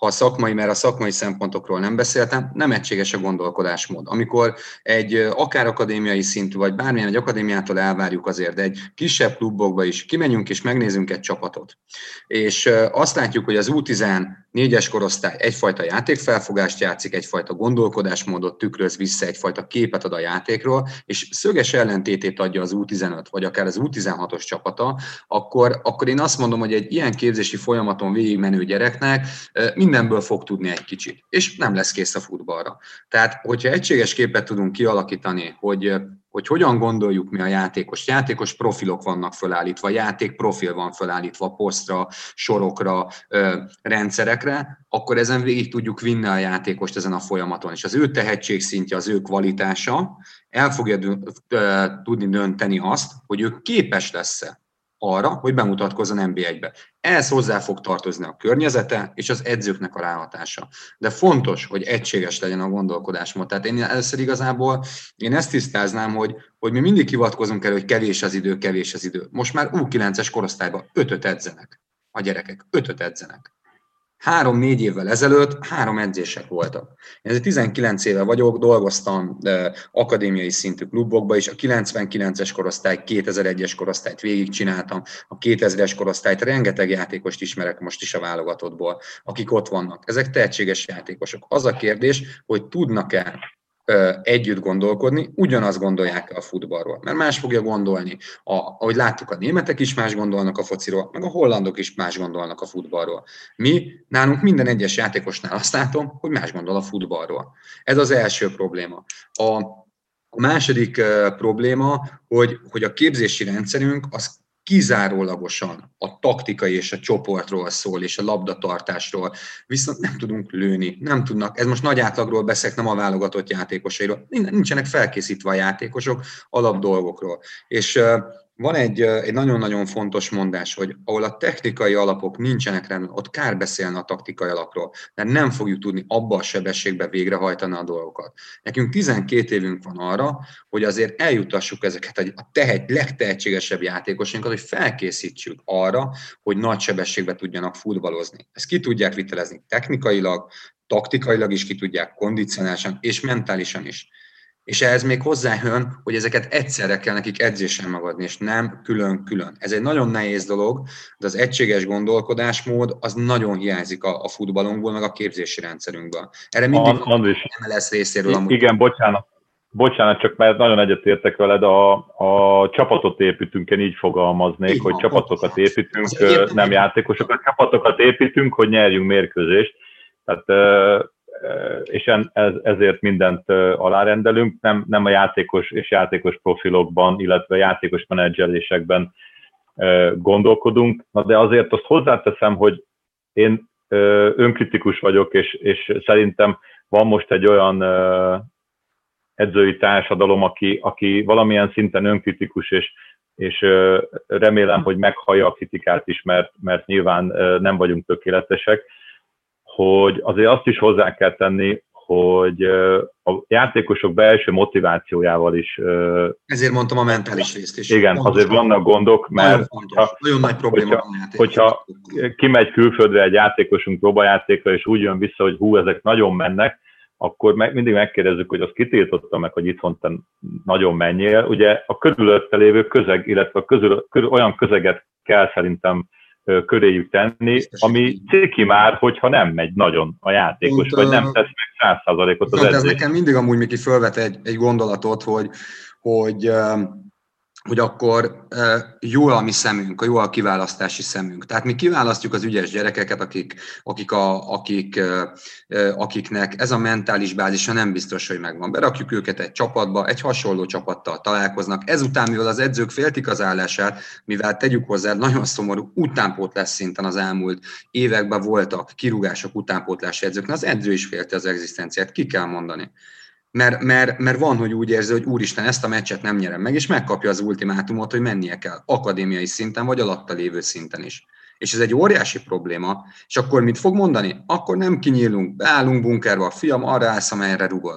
a szakmai, mert a szakmai szempontokról nem beszéltem, nem egységes a gondolkodásmód. Amikor egy akár akadémiai szintű, vagy bármilyen egy akadémiától elvárjuk azért, de egy kisebb klubokba is kimegyünk és megnézünk egy csapatot. És azt látjuk, hogy az U14-es korosztály egyfajta játékfelfogást játszik, egyfajta gondolkodásmódot tükröz vissza, egyfajta képet ad a játékról, és szöges ellentétét adja az U15, vagy akár az U16-os csapata, akkor én azt mondom, hogy egy ilyen képzési folyamaton végigmenő gyereknek mindenből fog tudni egy kicsit, és nem lesz kész a futballra. Tehát, hogyha egységes képet tudunk kialakítani, hogy hogyan gondoljuk mi a játékos profilok vannak fölállítva, játékprofil van fölállítva posztra, sorokra, rendszerekre, akkor ezen végig tudjuk vinni a játékost ezen a folyamaton. És az ő tehetségszintje, az ő kvalitása el fogja tudni dönteni azt, hogy ő képes lesz-e arra, hogy bemutatkozzon NB1-be. Ehhez hozzá fog tartozni a környezete és az edzőknek a ráhatása. De fontos, hogy egységes legyen a gondolkodásmód. Tehát én először igazából ezt tisztáznám, hogy mi mindig hivatkozunk el, hogy kevés az idő. Most már U9-es korosztályban 5-öt edzenek a gyerekek. 5-öt edzenek. 3-4 évvel ezelőtt 3 edzések voltak. Én 19 éve vagyok, dolgoztam akadémiai szintű klubokban is, a 99-es korosztály, 2001-es korosztályt végigcsináltam, a 2000-es korosztályt, rengeteg játékost ismerek most is a válogatottból, akik ott vannak. Ezek tehetséges játékosok. Az a kérdés, hogy tudnak-e együtt gondolkodni, ugyanazt gondolják a futballról. Mert más fogja gondolni. Ahogy láttuk, a németek is más gondolnak a fociról, meg a hollandok is más gondolnak a futballról. Nálunk minden egyes játékosnál azt látom, hogy más gondol a futballról. Ez az első probléma. A második probléma, hogy a képzési rendszerünk az kizárólagosan a taktikai és a csoportról szól, és a labdatartásról, viszont nem tudunk lőni, nem tudnak, ez most nagy átlagról beszélek, nem a válogatott játékosairól, nincsenek felkészítve a játékosok alapdolgokról. És van egy nagyon-nagyon fontos mondás, hogy ahol a technikai alapok nincsenek rendben, ott kár beszélni a taktikai alapról, mert nem fogjuk tudni abba a sebességbe végrehajtani a dolgokat. Nekünk 12 évünk van arra, hogy azért eljutassuk ezeket a legtehetségesebb játékosainkat, hogy felkészítsük arra, hogy nagy sebességbe tudjanak futballozni. Ezt ki tudják vitelezni technikailag, taktikailag is ki tudják, kondicionálisan és mentálisan is. És ehhez még hozzájön, hogy ezeket egyszerre kell nekik edzésen megadni, és nem külön-külön. Ez egy nagyon nehéz dolog, de az egységes gondolkodásmód az nagyon hiányzik a futballunkból, meg a képzési rendszerünkből. Erre mindig MLS részéről amúgy. Igen, bocsánat, csak mert nagyon egyetértek veled, a csapatot építünk, én így fogalmaznék, hogy csapatokat építünk, nem játékosokat, csapatokat építünk, hogy nyerjünk mérkőzést. Tehát és ezért mindent alárendelünk, nem a játékos és játékos profilokban, illetve játékos menedzselésekben gondolkodunk. Na de azért azt hozzáteszem, hogy én önkritikus vagyok, és szerintem van most egy olyan edzői társadalom, aki valamilyen szinten önkritikus, és remélem, hogy meghallja a kritikát is, mert nyilván nem vagyunk tökéletesek, hogy azért azt is hozzá kell tenni, hogy a játékosok belső motivációjával is... Ezért mondtam a mentális részt is. Igen, azért vannak gondok, mert nagyon nagy probléma hogyha kimegy külföldre egy játékosunk próbajátékra, és úgy jön vissza, hogy ezek nagyon mennek, akkor mindig megkérdezzük, hogy azt kitiltotta meg, hogy itthon te nagyon menjél. Ugye a körülötte lévő közeg, illetve olyan közeget kell szerintem köréjük tenni, ami ciki már, hogyha nem megy nagyon a játékos, vagy nem tesz meg 100%-ot az edzés. Ez nekem mindig amúgy Miki felvet egy gondolatot, hogy akkor jó a mi szemünk, jó a kiválasztási szemünk. Tehát mi kiválasztjuk az ügyes gyerekeket, akiknek ez a mentális bázisa nem biztos, hogy megvan. Berakjuk őket egy csapatba, egy hasonló csapattal találkoznak. Ezután, mivel az edzők féltik az állását, mivel tegyük hozzá, nagyon szomorú utánpótlás szinten az elmúlt években voltak kirúgások, utánpótlási edzőknek, az edző is félte az egzisztenciát, ki kell mondani. Mert van, hogy úgy érzi, hogy úristen, ezt a meccset nem nyerem meg, és megkapja az ultimátumot, hogy mennie kell akadémiai szinten, vagy alatta lévő szinten is. És ez egy óriási probléma, és akkor mit fog mondani? Akkor nem kinyílunk, beállunk bunkerba, fiam, arra állsz, amelyre rugod.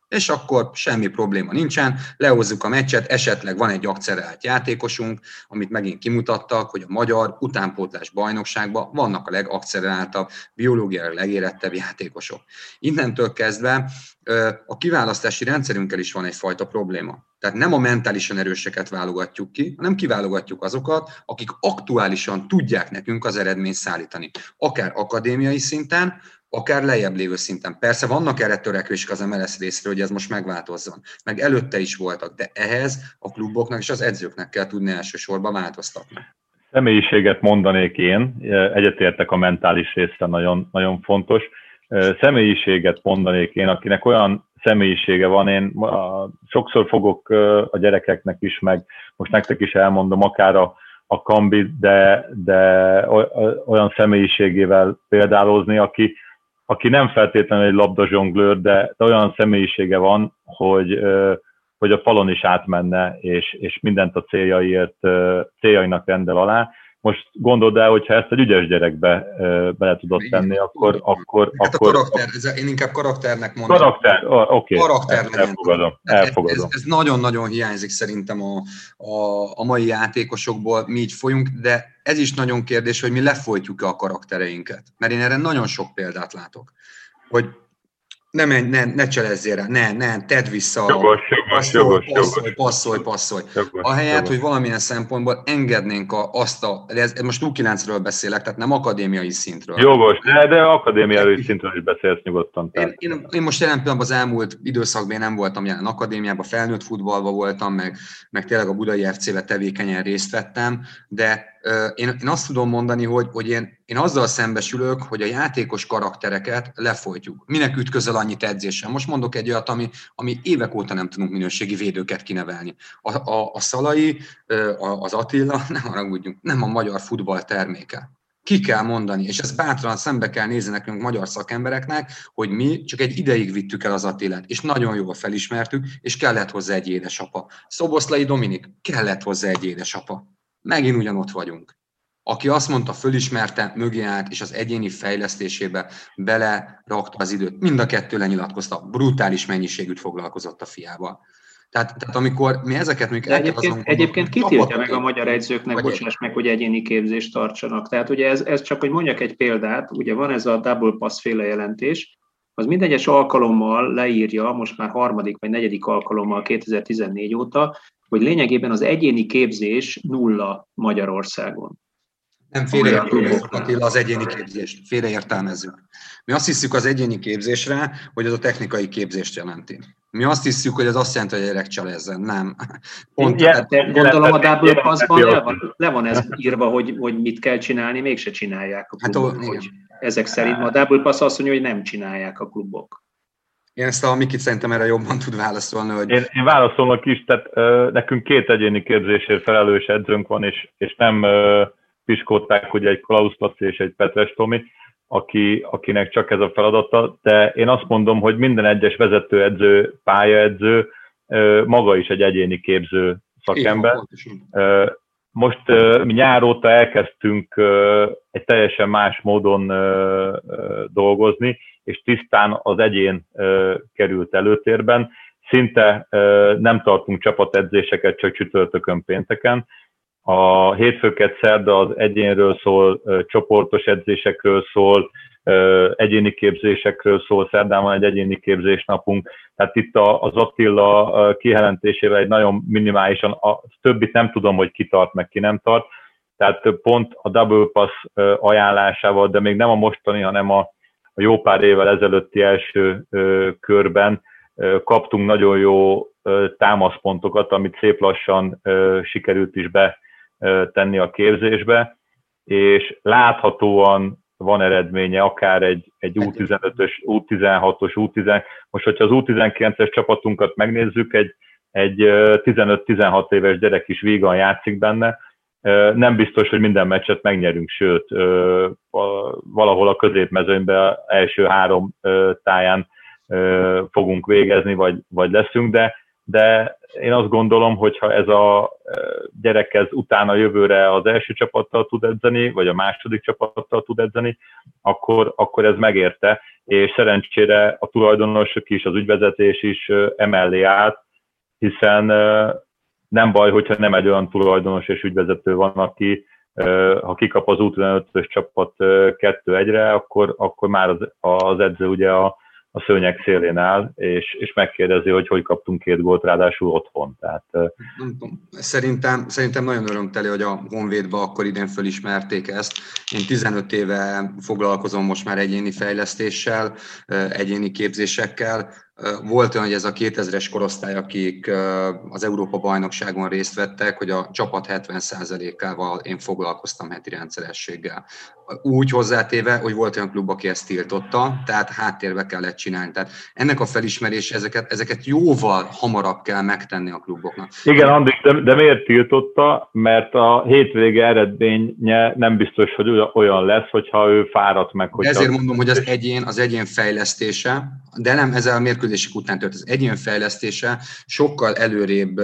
És akkor semmi probléma nincsen, lehozzuk a meccset, esetleg van egy akcelerált játékosunk, amit megint kimutattak, hogy a magyar utánpótlás bajnokságban vannak a legakceleráltabb, biológiailag legérettebb játékosok. Innentől kezdve a kiválasztási rendszerünkkel is van egyfajta probléma. Tehát nem a mentálisan erőseket válogatjuk ki, hanem kiválogatjuk azokat, akik aktuálisan tudják nekünk az eredményt szállítani. Akár akadémiai szinten, akár lejjebb lévő szinten. Persze vannak erre törekvések az MLS részről, hogy ez most megváltozzon. Meg előtte is voltak, de ehhez a kluboknak és az edzőknek kell tudni elsősorban változtatni. Személyiséget mondanék én, egyetértek, a mentális része nagyon, nagyon fontos. Személyiséget mondanék én, akinek olyan személyisége van, én sokszor fogok a gyerekeknek is, meg most nektek is elmondom, akár a Kambi, de olyan személyiségével példálozni, aki nem feltétlenül egy labdazsonglőr, de olyan személyisége van, hogy a falon is átmenne, és mindent a céljainak rendel alá. Most gondold el, hogyha ezt egy ügyes gyerekbe bele tudod tenni, akkor... Hát a karakter, én inkább karakternek mondom. Oké. Karakter elfogadom. Ez nagyon-nagyon hiányzik szerintem a mai játékosokból, mi így folyunk, de ez is nagyon kérdés, hogy mi lefolytjuk-e a karaktereinket. Mert én erre nagyon sok példát látok, hogy ne cselezzél rá, ne, tedd vissza. Passzolj. Ahelyett, hogy valamilyen szempontból engednénk ez most U9-ről beszélek, tehát nem akadémiai szintről. Jogos, de akadémiai szintről is beszélsz nyugodtan. Én most jelen pillanatban az elmúlt időszakban nem voltam jelen akadémiában, felnőtt futballban voltam, meg tényleg a Budai FC-be tevékenyen részt vettem, de én azt tudom mondani, hogy én azzal szembesülök, hogy a játékos karaktereket lefolytjuk. Minek ütközöl annyit edzéssel? Most mondok egy olyat, ami évek óta nem tudunk minőségi védőket kinevelni. A Szalai, az Attila, nem haragudjunk, nem a magyar futball terméke. Ki kell mondani, és ezt bátran szembe kell nézni nekünk magyar szakembereknek, hogy mi csak egy ideig vittük el az Attilát, és nagyon jól felismertük, és kellett hozzá egy édesapa. Szoboszlai Dominik, kellett hozzá egy édesapa. Megint ugyanott vagyunk. Aki azt mondta, fölismerte, mögé állt, és az egyéni fejlesztésébe belerakta az időt. Mind a kettő lenyilatkozta, brutális mennyiségűt foglalkozott a fiával. Tehát amikor mi ezeket mondjuk Egyébként kitiltja meg a magyar edzőknek, bocsáss meg, hogy egyéni képzést tartsanak. Tehát ugye ez csak, hogy mondjak egy példát, ugye van ez a double pass féle jelentés, az minden egyes alkalommal leírja, most már harmadik vagy negyedik alkalommal 2014 óta, hogy lényegében az egyéni képzés nulla Magyarországon. Nem félreértelmezzük, Attila, az egyéni képzést. Félreértelmezzük. Mi azt hiszük az egyéni képzésre, hogy az a technikai képzést jelenti. Mi azt hiszük, hogy ez azt jelenti, hogy a gyerek cselezzen. Nem. Gondolom a double passban le van ez írva, hogy mit kell csinálni, mégse csinálják a klubok. Ezek szerint a double pass azt mondja, hogy nem csinálják a klubok. Én ezt a Mikit szerintem erre jobban tud válaszolni. Hogy... Én válaszolok is, tehát nekünk 2 egyéni képzésért felelős edzőnk van, és nem piskódták, hogy egy Klaus Laci és egy Petres Tomi, akinek csak ez a feladata, de én azt mondom, hogy minden egyes vezetőedző, pályaedző maga is egy egyéni képző szakember. Most mi nyár óta elkezdtünk egy teljesen más módon dolgozni, és tisztán az egyén került előtérben. Szinte nem tartunk csapatedzéseket, csak csütörtökön, pénteken. A hétfőket szerda az egyénről szól, csoportos edzésekről szól, egyéni képzésekről szól, szerdán van egy egyéni képzésnapunk. Tehát itt az Attila kijelentésével egy nagyon minimálisan, a többit nem tudom, hogy ki tart, meg ki nem tart. Tehát pont a double pass ajánlásával, de még nem a mostani, hanem a jó pár évvel ezelőtti első körben kaptunk nagyon jó támaszpontokat, amit szép lassan sikerült is betenni a képzésbe, és láthatóan van eredménye, akár egy U15-ös, U16-os, U10. Most, hogyha az U19-es csapatunkat megnézzük, egy 15-16 éves gyerek is vígan játszik benne, nem biztos, hogy minden meccset megnyerünk, sőt, valahol a középmezőnyben első 3 táján fogunk végezni, vagy leszünk, de de én azt gondolom, hogy ha ez a gyerek ez utána jövőre az első csapattal tud edzeni, vagy a második csapattal tud edzeni, akkor ez megérte, és szerencsére a tulajdonosok is, az ügyvezetés is emellé állt, hiszen nem baj, hogyha nem egy olyan tulajdonos és ügyvezető van, aki ha kikap az U15-ös csapat 2-1-re, akkor már az edző ugye a szőnyeg szélén áll, és megkérdezi, hogy kaptunk 2 gólt, ráadásul otthon. Tehát, nem tudom. Szerintem nagyon örömteli, hogy a Honvédba akkor idén fölismerték ezt. Én 15 éve foglalkozom most már egyéni fejlesztéssel, egyéni képzésekkel. Volt olyan, hogy ez a 2000-es korosztály, akik az Európa-bajnokságon részt vettek, hogy a csapat 70%-ával én foglalkoztam heti rendszerességgel. Úgy hozzátéve, hogy volt olyan klub, aki ezt tiltotta, tehát háttérbe kellett csinálni. Tehát ennek a felismerés, ezeket jóval hamarabb kell megtenni a kluboknak. Igen, Andris, de miért tiltotta? Mert a hétvége eredménye nem biztos, hogy olyan lesz, hogyha ő fáradt meg. Hogyha... Ezért mondom, hogy az egyén fejlesztése, de nem ezzel a mérkőzések után tört. Az egyén fejlesztése sokkal előrébb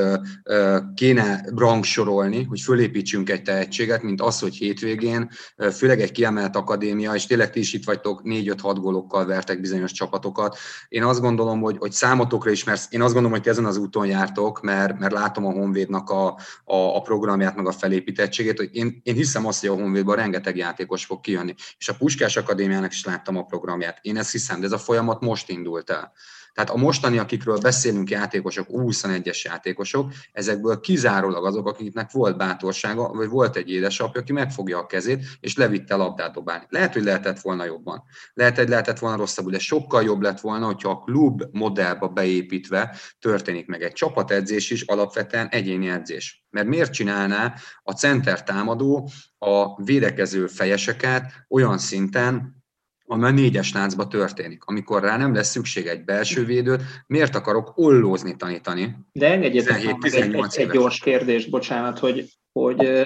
kéne rangsorolni, hogy fölépítsünk egy tehetséget, mint az, hogy hétvégén, főleg egy kiemelt akadémia, és tényleg ti is itt vagytok, 4-5-6 gólokkal vertek bizonyos csapatokat. Én azt gondolom, hogy számotokra is, mert én azt gondolom, hogy ezen az úton jártok, mert látom a Honvédnak a programját, meg a felépítettségét, hogy én hiszem azt, hogy a Honvédban rengeteg játékos fog kijönni. És a Puskás Akadémiának is láttam a programját. Én ezt hiszem, de ez a folyamat most indult el. Tehát a mostani, akikről beszélünk játékosok, U21-es játékosok, ezekből kizárólag azok, akiknek volt bátorsága, vagy volt egy édesapja, aki megfogja a kezét, és levitte a labdát dobálni. Lehet, hogy lehetett volna jobban. Lehet, hogy lehetett volna rosszabbul, de sokkal jobb lett volna, hogyha a klub modellba beépítve történik meg egy csapatedzés is, alapvetően egyéni edzés. Mert miért csinálná a center támadó a védekező fejeseket olyan szinten, ami a 4-es láncba történik. Amikor rá nem lesz szükség egy belső védőt, miért akarok ollózni tanítani? De engedjetek egy gyors kérdést, bocsánat, hogy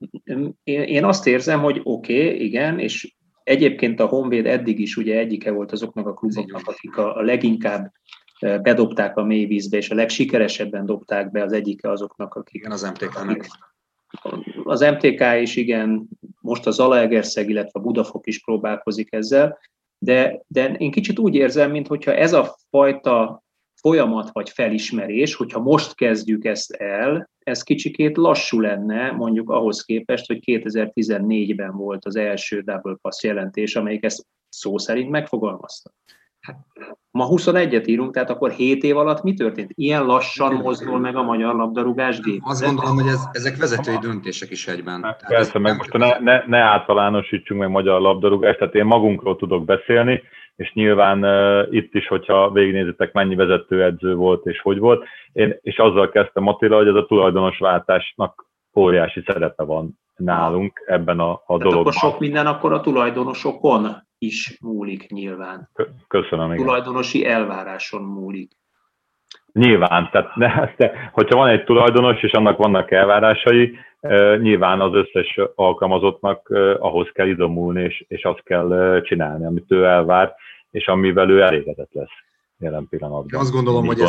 én azt érzem, hogy oké, igen, és egyébként a Honvéd eddig is ugye egyike volt azoknak a kluboknak, akik a leginkább bedobták a mélyvízbe, és a legsikeresebben dobták be, az egyike azoknak, akik... Igen, az MTK meg. Az MTK is igen, most a Zalaegerszeg, illetve a Budafok is próbálkozik ezzel, de én kicsit úgy érzem, mintha ez a fajta folyamat vagy felismerés, hogyha most kezdjük ezt el, ez kicsikét lassú lenne, mondjuk ahhoz képest, hogy 2014-ben volt az első Double Pass jelentés, amelyik ezt szó szerint megfogalmazta. Ma 21-et írunk, tehát akkor 7 év alatt mi történt? Ilyen lassan mozdul meg a magyar labdarúgás gép? Azt gondolom, hogy ezek vezetői döntések is egyben. Persze, meg most ne általánosítsunk meg magyar labdarúgást, tehát én magunkról tudok beszélni, és nyilván itt is, hogyha végignézitek, mennyi vezetőedző volt és hogy volt, és azzal kezdtem, Attila, hogy ez a tulajdonosváltásnak óriási szerepe van nálunk ebben a dologban. Akkor sok minden akkor a tulajdonosokon is múlik nyilván. Köszönöm, igen. Tulajdonosi elváráson múlik. Nyilván, tehát hogyha van egy tulajdonos, és annak vannak elvárásai, nyilván az összes alkalmazottnak ahhoz kell izomulni, és azt kell csinálni, amit ő elvár, és amivel ő elégedett lesz jelen pillanatban. Azt gondolom, hogy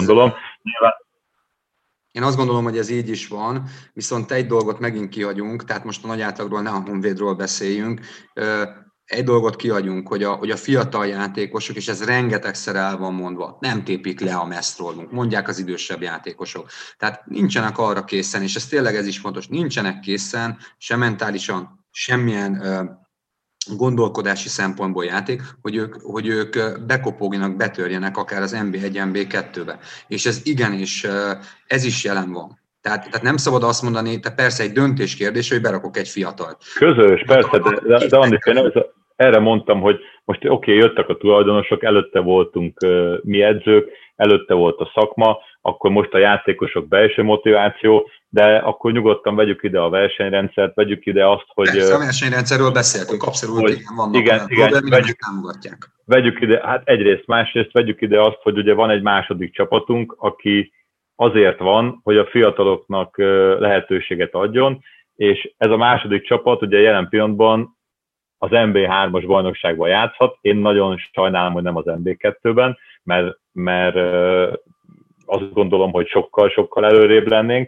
Én azt gondolom, hogy ez így is van, viszont egy dolgot megint kihagyunk, tehát most a nagy átlagról, ne a Honvédról beszéljünk, egy dolgot kihagyunk, hogy a fiatal játékosok, és ez rengetegszer el van mondva, nem tépik le a meszt rólunk, mondják az idősebb játékosok. Tehát nincsenek arra készen, és ez is fontos, nincsenek készen, sem mentálisan, semmilyen gondolkodási szempontból játék, hogy ők bekopogjanak, betörjenek akár az NB1, NB2-be. És ez igenis, ez is jelen van. Tehát nem szabad azt mondani, te persze egy döntés kérdés, hogy berakok egy fiatalt. Közös, persze, de Andris, én erre mondtam, hogy most oké, jöttek a tulajdonosok, előtte voltunk mi edzők, előtte volt a szakma, akkor most a játékosok belső motiváció, de akkor nyugodtan vegyük ide a versenyrendszert, vegyük ide azt, hogy... Persze, a versenyrendszerről beszéltünk, abszolút vannak igen, támogatják. Vegyük ide, hát egyrészt, másrészt vegyük ide azt, hogy ugye van egy második csapatunk, aki azért van, hogy a fiataloknak lehetőséget adjon, és ez a második csapat ugye jelen pillanatban az NB3-as bajnokságban játszhat. Én nagyon sajnálom, hogy nem az NB2-ben, mert azt gondolom, hogy sokkal előrébb lennénk.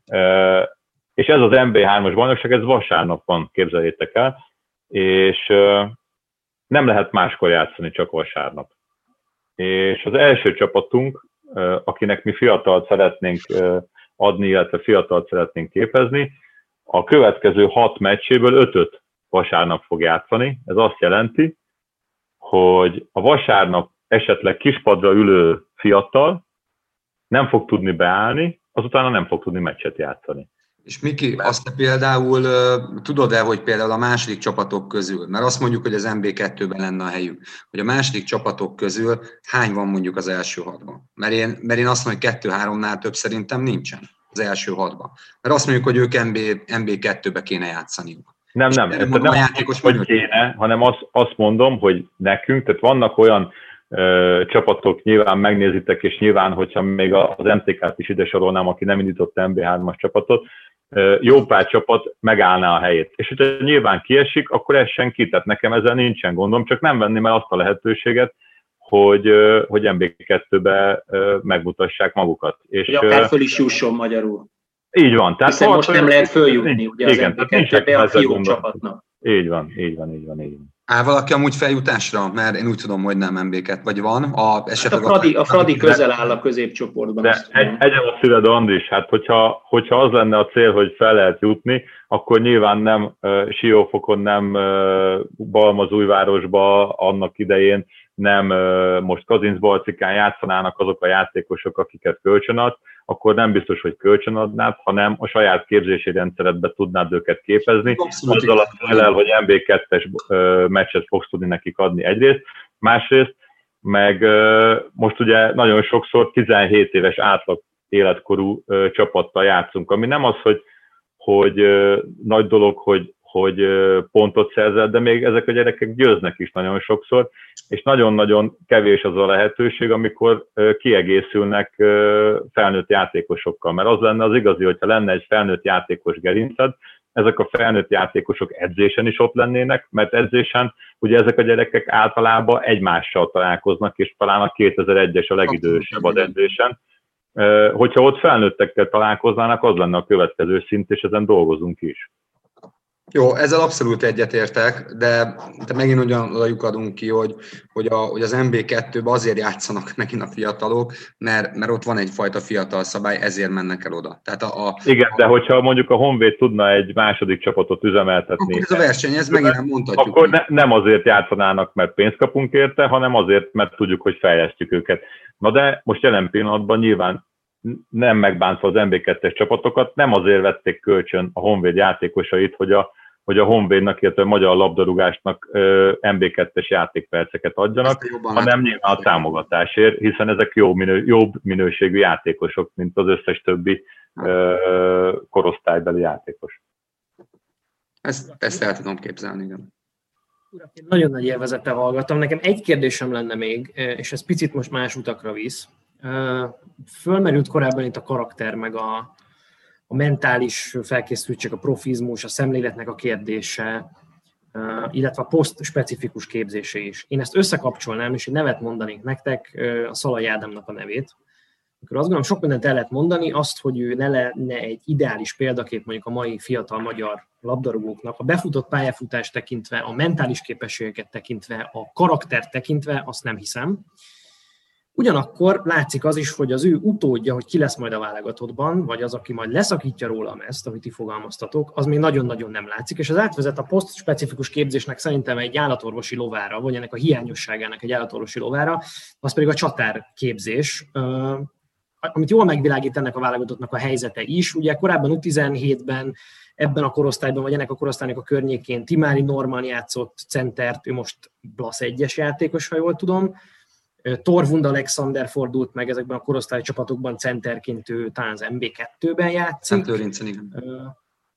És ez az MB3-as bajnokság, ez vasárnap van, képzeljétek el, és nem lehet máskor játszani, csak vasárnap. És az első csapatunk, akinek mi fiatalt szeretnénk adni, illetve fiatalt szeretnénk képezni, a következő 6 meccséből 5-öt vasárnap fog játszani. Ez azt jelenti, hogy a vasárnap esetleg kispadra ülő fiatal nem fog tudni beállni, azután nem fog tudni meccset játszani. És Miki, azt te például tudod-e, hogy például a második csapatok közül, mert azt mondjuk, hogy az MB2-ben lenne a helyük, hogy a második csapatok közül hány van mondjuk az első 6-ban? Mert én azt mondom, hogy 2-3-nál több szerintem nincsen az első 6-ban. Mert azt mondjuk, hogy ők MB2-be kéne játszaniuk. Nem, nem játékos hogy kéne, hanem azt mondom, hogy nekünk, tehát vannak olyan csapatok, nyilván megnézitek, és nyilván, hogyha még az MTK-t is ide sorolnám, aki nem indított MB3-as csapatot, jó pár csapat megállná a helyét. És hogyha nyilván kiesik, akkor essen ki, tehát nekem ezzel nincsen gondom, csak nem venném el azt a lehetőséget, hogy MB2-be megmutassák magukat. És akár föl is jusson magyarul. Így van. Tehát hiszen most nem lehet följutni, ugye az MB2-be a fiú csapatnak. Így van. Áll valaki amúgy feljutásra? Mert én úgy tudom, hogy nem MB2, vagy van. A Fradi közel áll a középcsoportban. De egyen a szíved, Andris, hát hogyha az lenne a cél, hogy fel lehet jutni, akkor nyilván nem Siófokon, nem Balmazújvárosba annak idején, nem most Kazincbarcikán játszanának azok a játékosok, akiket kölcsönad, akkor nem biztos, hogy kölcsönadnád, hanem a saját képzési rendszeredbe tudnád őket képezni. Azzal a céllel, hogy MB2-es meccset fogsz tudni nekik adni egyrészt. Másrészt, meg most ugye nagyon sokszor 17 éves átlag életkorú csapattal játszunk, ami nem az, hogy nagy dolog, hogy pontot szerzel, de még ezek a gyerekek győznek is nagyon sokszor, és nagyon-nagyon kevés az a lehetőség, amikor kiegészülnek felnőtt játékosokkal, mert az lenne az igazi, hogyha lenne egy felnőtt játékos gerinced, ezek a felnőtt játékosok edzésen is ott lennének, mert edzésen ugye ezek a gyerekek általában egymással találkoznak, és talán a 2001-es a legidősebb az edzésen. Hogyha ott felnőttekkel találkoznának, az lenne a következő szint, és ezen dolgozunk is. Jó, ezzel abszolút egyetértek, de megint ugyanolyan lyukadunk ki, hogy az MB2-ben azért játszanak megint a fiatalok, mert ott van egyfajta fiatal szabály, ezért mennek el oda. Tehát igen, de hogyha mondjuk a Honvéd tudna egy második csapatot üzemeltetni, akkor ez a verseny, ez megint nem mondhatjuk. Akkor nem azért játszanának, mert pénzt kapunk érte, hanem azért, mert tudjuk, hogy fejlesztjük őket. Na de most jelen pillanatban nyilván nem megbántva az MB2-es csapatokat, nem azért vették kölcsön a Honvéd játékosait, hogy a Honvédnak, illetve a magyar labdarúgásnak MB2-es játékperceket adjanak, hanem nyilván a támogatásért, hiszen ezek jobb minőségű játékosok, mint az összes többi korosztálybeli játékos. Ezt el tudom képzelni, igen. Én nagyon nagy élvezettel hallgattam. Nekem egy kérdésem lenne még, és ez picit most más utakra visz. Fölmerült korábban itt a karakter, meg a mentális felkészültség, a profizmus, a szemléletnek a kérdése, illetve a poszt-specifikus képzése is. Én ezt összekapcsolnám, és egy nevet mondanék nektek, a Szalai Ádámnak a nevét. Akkor azt gondolom, sok mindent el lehet mondani, azt, hogy ő ne lenne egy ideális példakép mondjuk a mai fiatal magyar labdarúgóknak, a befutott pályafutást tekintve, a mentális képességeket tekintve, a karaktert tekintve, azt nem hiszem. Ugyanakkor látszik az is, hogy az ő utódja, hogy ki lesz majd a válogatottban, vagy az, aki majd leszakítja rólam ezt, amit ti fogalmaztatok, az még nagyon-nagyon nem látszik, és az átvezet a posztspecifikus képzésnek szerintem egy állatorvosi lovára, vagy ennek a hiányosságának egy állatorvosi lovára, az pedig a csatár képzés, amit jól megvilágít ennek a válogatottnak a helyzete is. Ugye korábban U17-ben ebben a korosztályban, vagy ennek a korosztálynak a környékén Timári Norman játszott centert, ő most Blasz 1-es játékos, ha jól tudom. Torvund Alexander fordult meg ezekben a korosztály csapatokban centerként, ő talán az MB2-ben játszik. Szent Lőrincen, igen.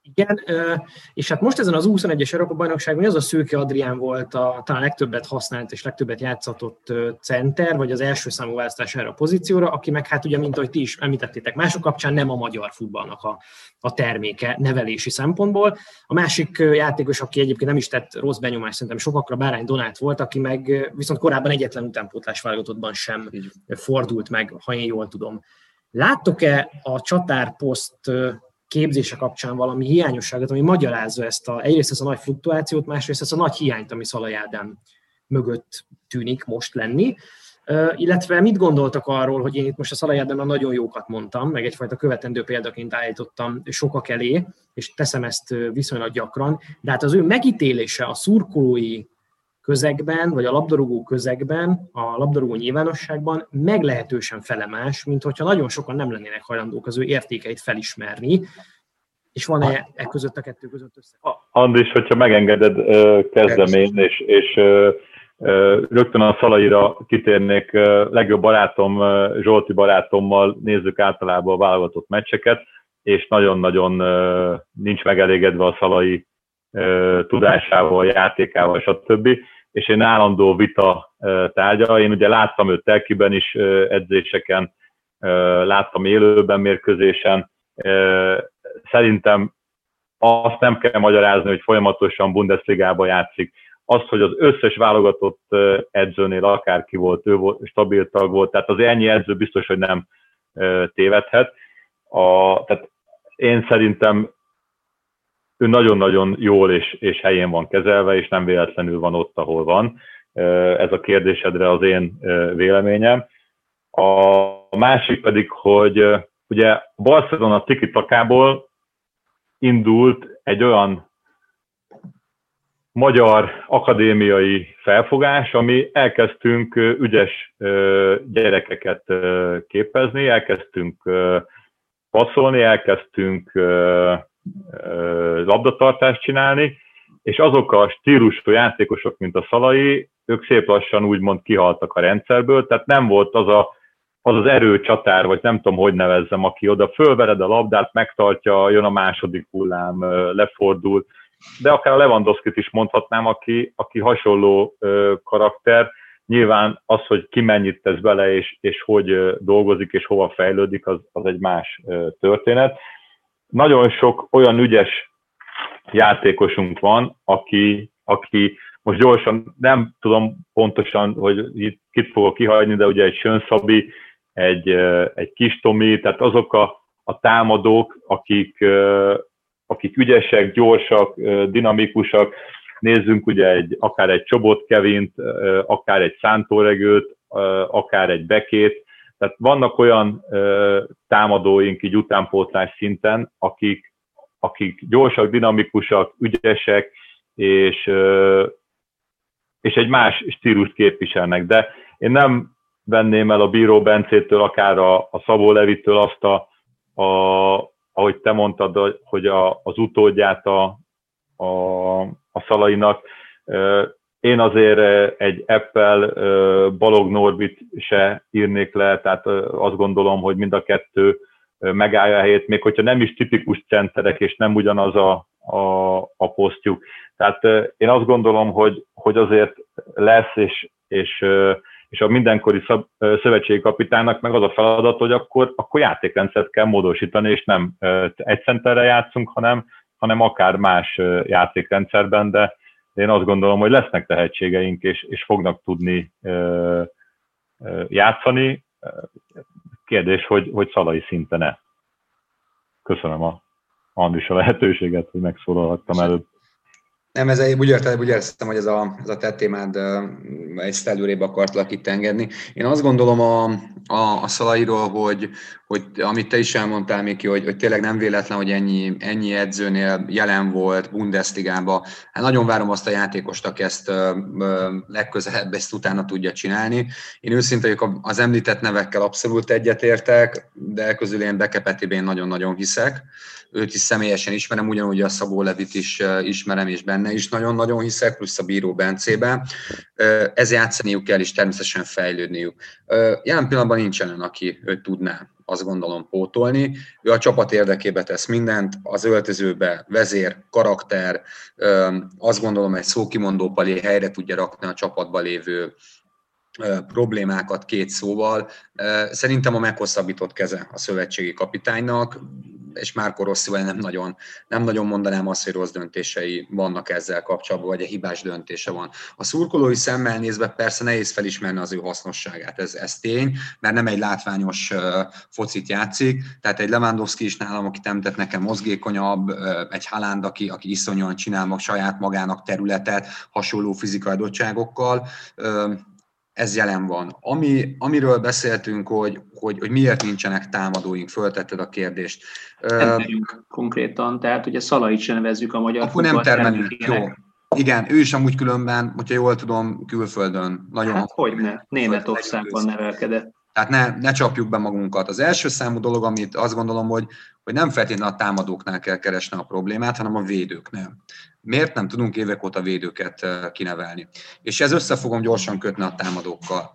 Igen, és hát most ezen az 21-es Európa-bajnokságon az a Szőke Adrián volt talán legtöbbet használt és legtöbbet játszatott center, vagy az első számú választás erre a pozícióra, aki meg hát ugye, mint ahogy ti is említettétek, mások kapcsán nem a magyar futballnak a terméke nevelési szempontból. A másik játékos, aki egyébként nem is tett rossz benyomást, szerintem sokakra, Bárány Donát volt, aki meg viszont korábban egyetlen utánpótlás válogatottban sem fordult meg, ha én jól tudom. Láttok-e a csatárposzt képzése kapcsán valami hiányosságot, ami magyarázza egyrészt ezt a nagy fluktuációt, másrészt ezt a nagy hiányt, ami Szalai Ádám mögött tűnik most lenni, illetve mit gondoltak arról, hogy én itt most a Szalai Ádámra nagyon jókat mondtam, meg egyfajta követendő példaként állítottam sokak elé, és teszem ezt viszonylag gyakran, de hát az ő megítélése a szurkolói közegben, vagy a labdarúgó közegben, a labdarúgó nyilvánosságban meglehetősen felemás, mint hogyha nagyon sokan nem lennének hajlandók az ő értékeit felismerni, és van-e között a kettő között össze? Andris, hogyha megengeded, kezdem én, és rögtön a Szalaira kitérnék. Legjobb barátom, Zsolti barátommal nézzük általában a válogatott meccseket, és nagyon-nagyon nincs megelégedve a Szalai tudásával, játékával, stb. És én állandó vita tárgya. Én ugye láttam őt telkiben is edzéseken, láttam élőben mérkőzésen. Szerintem azt nem kell magyarázni, hogy folyamatosan Bundesligában játszik. Azt, hogy az összes válogatott edzőnél akárki volt, ő volt, stabil tag volt, tehát az ennyi edző biztos, hogy nem tévedhet. Tehát én szerintem ő nagyon-nagyon jól és helyén van kezelve, és nem véletlenül van ott, ahol van. Ez a kérdésedre az én véleményem. A másik pedig, hogy ugye a Barcelona tiki-takából indult egy olyan magyar akadémiai felfogás, ami elkezdtünk ügyes gyerekeket képezni, elkezdtünk passzolni, elkezdtünk labdatartást csinálni, és azok a stílusú játékosok, mint a Szalai, ők szép lassan úgymond kihaltak a rendszerből, tehát nem volt az erőcsatár, vagy nem tudom, hogy nevezzem, aki oda fölvered a labdát, megtartja, jön a második hullám, lefordul, de akár a Lewandowskit is mondhatnám, aki hasonló karakter. Nyilván az, hogy ki mennyit tesz bele, és hogy dolgozik, és hova fejlődik, az egy más történet. Nagyon sok olyan ügyes játékosunk van, aki most gyorsan, nem tudom pontosan, hogy kit fogok kihagyni, de ugye egy Sön Szabi, egy Kis Tomi, tehát azok a támadók, akik ügyesek, gyorsak, dinamikusak. Nézzünk ugye akár egy Csobot Kevint, akár egy Szántóregőt, akár egy Bekét. Tehát vannak olyan támadóink így utánpótlás szinten, akik gyorsak, dinamikusak, ügyesek, és egy más stílust képviselnek. De én nem venném el a Bíró Bencétől, akár a Szabó Levitől azt ahogy te mondtad, hogy az utódját a Szalainak. Én azért egy Eppel, Balog Norbit se írnék le, tehát azt gondolom, hogy mind a kettő megállja a helyét, még hogyha nem is tipikus centerek, és nem ugyanaz a posztjuk. Tehát én azt gondolom, hogy azért lesz, és a mindenkori szövetségi kapitánynak meg az a feladat, hogy akkor játékrendszert kell módosítani, és nem egy centerre játszunk, hanem akár más játékrendszerben, de én azt gondolom, hogy lesznek tehetségeink, és fognak tudni játszani. Kérdés, hogy Szalai szinten-e. Köszönöm Andris a lehetőséget, hogy megszólalhattam előbb. Nem, úgy értem, hogy ez a te témád egy sztellőrébe akartlak itt engedni. Én azt gondolom a Szalairól, hogy amit te is elmondtál, Miki, hogy tényleg nem véletlen, hogy ennyi edzőnél jelen volt Bundesligában. Hát nagyon várom azt a játékost, aki ezt legközelebb ezt utána tudja csinálni. Én őszintén az említett nevekkel abszolút egyetértek, de közül én Beke Petibén nagyon-nagyon hiszek. Őt is személyesen ismerem, ugyanúgy a Szabó Levit is ismerem, és benne is nagyon-nagyon hiszek, plusz a Bíró Bencében. Ez játszaniuk kell, és természetesen fejlődniük. Jelen pillanatban nincsen olyan, aki őt tudná azt gondolom pótolni. Ő a csapat érdekébe tesz mindent, az öltözőbe vezér, karakter, azt gondolom egy szókimondó Palé helyre tudja rakni a csapatban lévő problémákat két szóval. Szerintem a meghosszabbított keze a szövetségi kapitánynak, és Marco Rossival nem nagyon mondanám azt, hogy rossz döntései vannak ezzel kapcsolatban, vagy egy hibás döntése van. A szurkolói szemmel nézve persze nehéz felismerni az ő hasznosságát, ez tény, mert nem egy látványos focit játszik, tehát egy Lewandowski is nálam, aki említett nekem mozgékonyabb, egy Haaland, aki iszonyúan csinál saját magának területet, hasonló fizikai adottságokkal, ez jelen van. Amiről beszéltünk, hogy miért nincsenek támadóink, föltetted a kérdést. Nem terjünk konkrétan, tehát ugye Szalait sem nevezzük a magyar akkor nem termelünk, jó. Igen, ő is amúgy különben, hogyha jól tudom, külföldön. Nagyon hát hogyne, Németországban nevelkedett. Tehát ne csapjuk be magunkat. Az első számú dolog, amit azt gondolom, hogy nem feltétlenül a támadóknál kell keresni a problémát, hanem a védőknél. Miért nem tudunk évek óta védőket kinevelni? És ez össze fogom gyorsan kötni a támadókkal.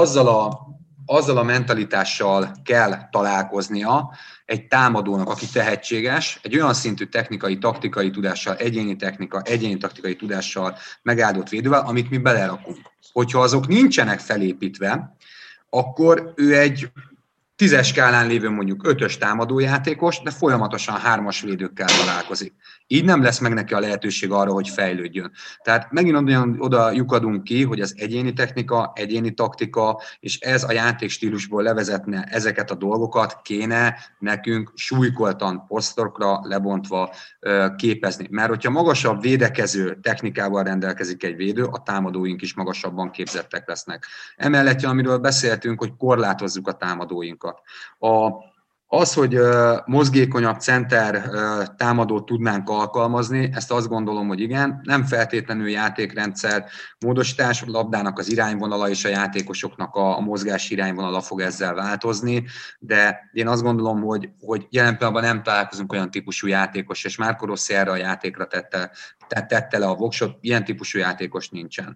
Azzal a mentalitással kell találkoznia egy támadónak, aki tehetséges, egy olyan szintű technikai, taktikai tudással, egyéni taktikai tudással megáldott védővel, amit mi belerakunk. Hogyha azok nincsenek felépítve, akkor ő egy 10-es skálán lévő mondjuk 5-ös támadójátékos, de folyamatosan 3-as védőkkel találkozik. Így nem lesz meg neki a lehetőség arra, hogy fejlődjön. Tehát megint oda lyukadunk ki, hogy az egyéni technika, egyéni taktika, és ez a játékstílusból levezetne ezeket a dolgokat, kéne nekünk súlykoltan posztokra lebontva képezni. Mert hogyha magasabb védekező technikával rendelkezik egy védő, a támadóink is magasabban képzettek lesznek. Emellett, amiről beszéltünk, hogy korlátozzuk a támadóinkat. Az, hogy mozgékonyabb center támadót tudnánk alkalmazni, ezt azt gondolom, hogy igen, nem feltétlenül játékrendszer módosítás, a labdának az irányvonala és a játékosoknak a mozgás irányvonala fog ezzel változni, de én azt gondolom, hogy jelen pillanatban nem találkozunk olyan típusú játékos, és Marco Rossi erre a játékra tette le a voksot, ilyen típusú játékos nincsen.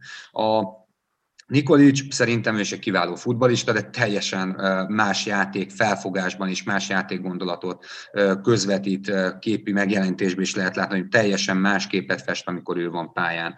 Nikolić szerintem ő is egy kiváló futballista, de teljesen más játék felfogásban és más játékgondolatot közvetít, képi megjelentésben is lehet látni, hogy teljesen más képet fest, amikor ő van pályán.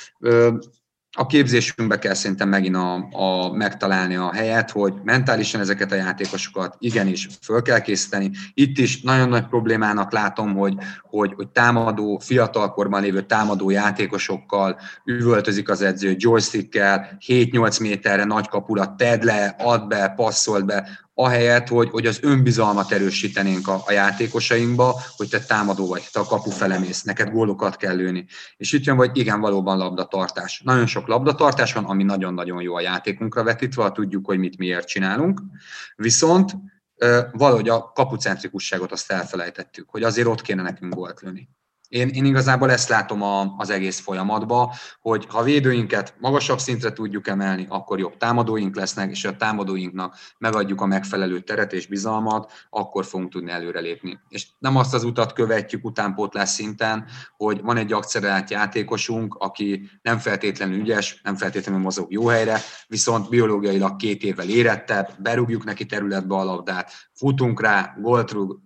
A képzésünkbe kell szerintem megint megtalálni a helyet, hogy mentálisan ezeket a játékosokat igenis föl kell készíteni. Itt is nagyon nagy problémának látom, hogy támadó, fiatalkorban lévő támadó játékosokkal üvöltözik az edző, joystickkel, 7-8 méterre nagy kapura tedd le, add be, passzold be, ahelyett, hogy az önbizalmat erősítenénk a játékosainkba, hogy te támadó vagy, te a kapu fele mész, neked gólokat kell lőni. És itt jön, hogy igen, valóban labdatartás. Nagyon sok labdatartás van, ami nagyon-nagyon jó a játékunkra vetítve, tudjuk, hogy mit miért csinálunk. Viszont valahogy a kapucentrikusságot azt elfelejtettük, hogy azért ott kéne nekünk gólt lőni. Én igazából ezt látom az egész folyamatban, hogy ha a védőinket magasabb szintre tudjuk emelni, akkor jobb támadóink lesznek, és ha a támadóinknak megadjuk a megfelelő teret és bizalmat, akkor fogunk tudni előrelépni. És nem azt az utat követjük utánpótlás szinten, hogy van egy akcelerált játékosunk, aki nem feltétlenül ügyes, nem feltétlenül mozog jó helyre, viszont biológiailag 2 évvel érettebb, berúgjuk neki területbe a labdát, futunk rá, gólt rúg,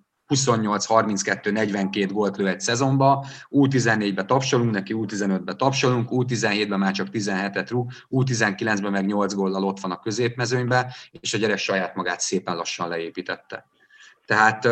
28-32-42 gólt lő egy szezonba, U14-be tapsolunk neki, U15-be tapsolunk, U17-ben már csak 17-et rúg, U19-ben meg 8 góllal ott van a középmezőnyben, és a gyerek saját magát szépen lassan leépítette. Tehát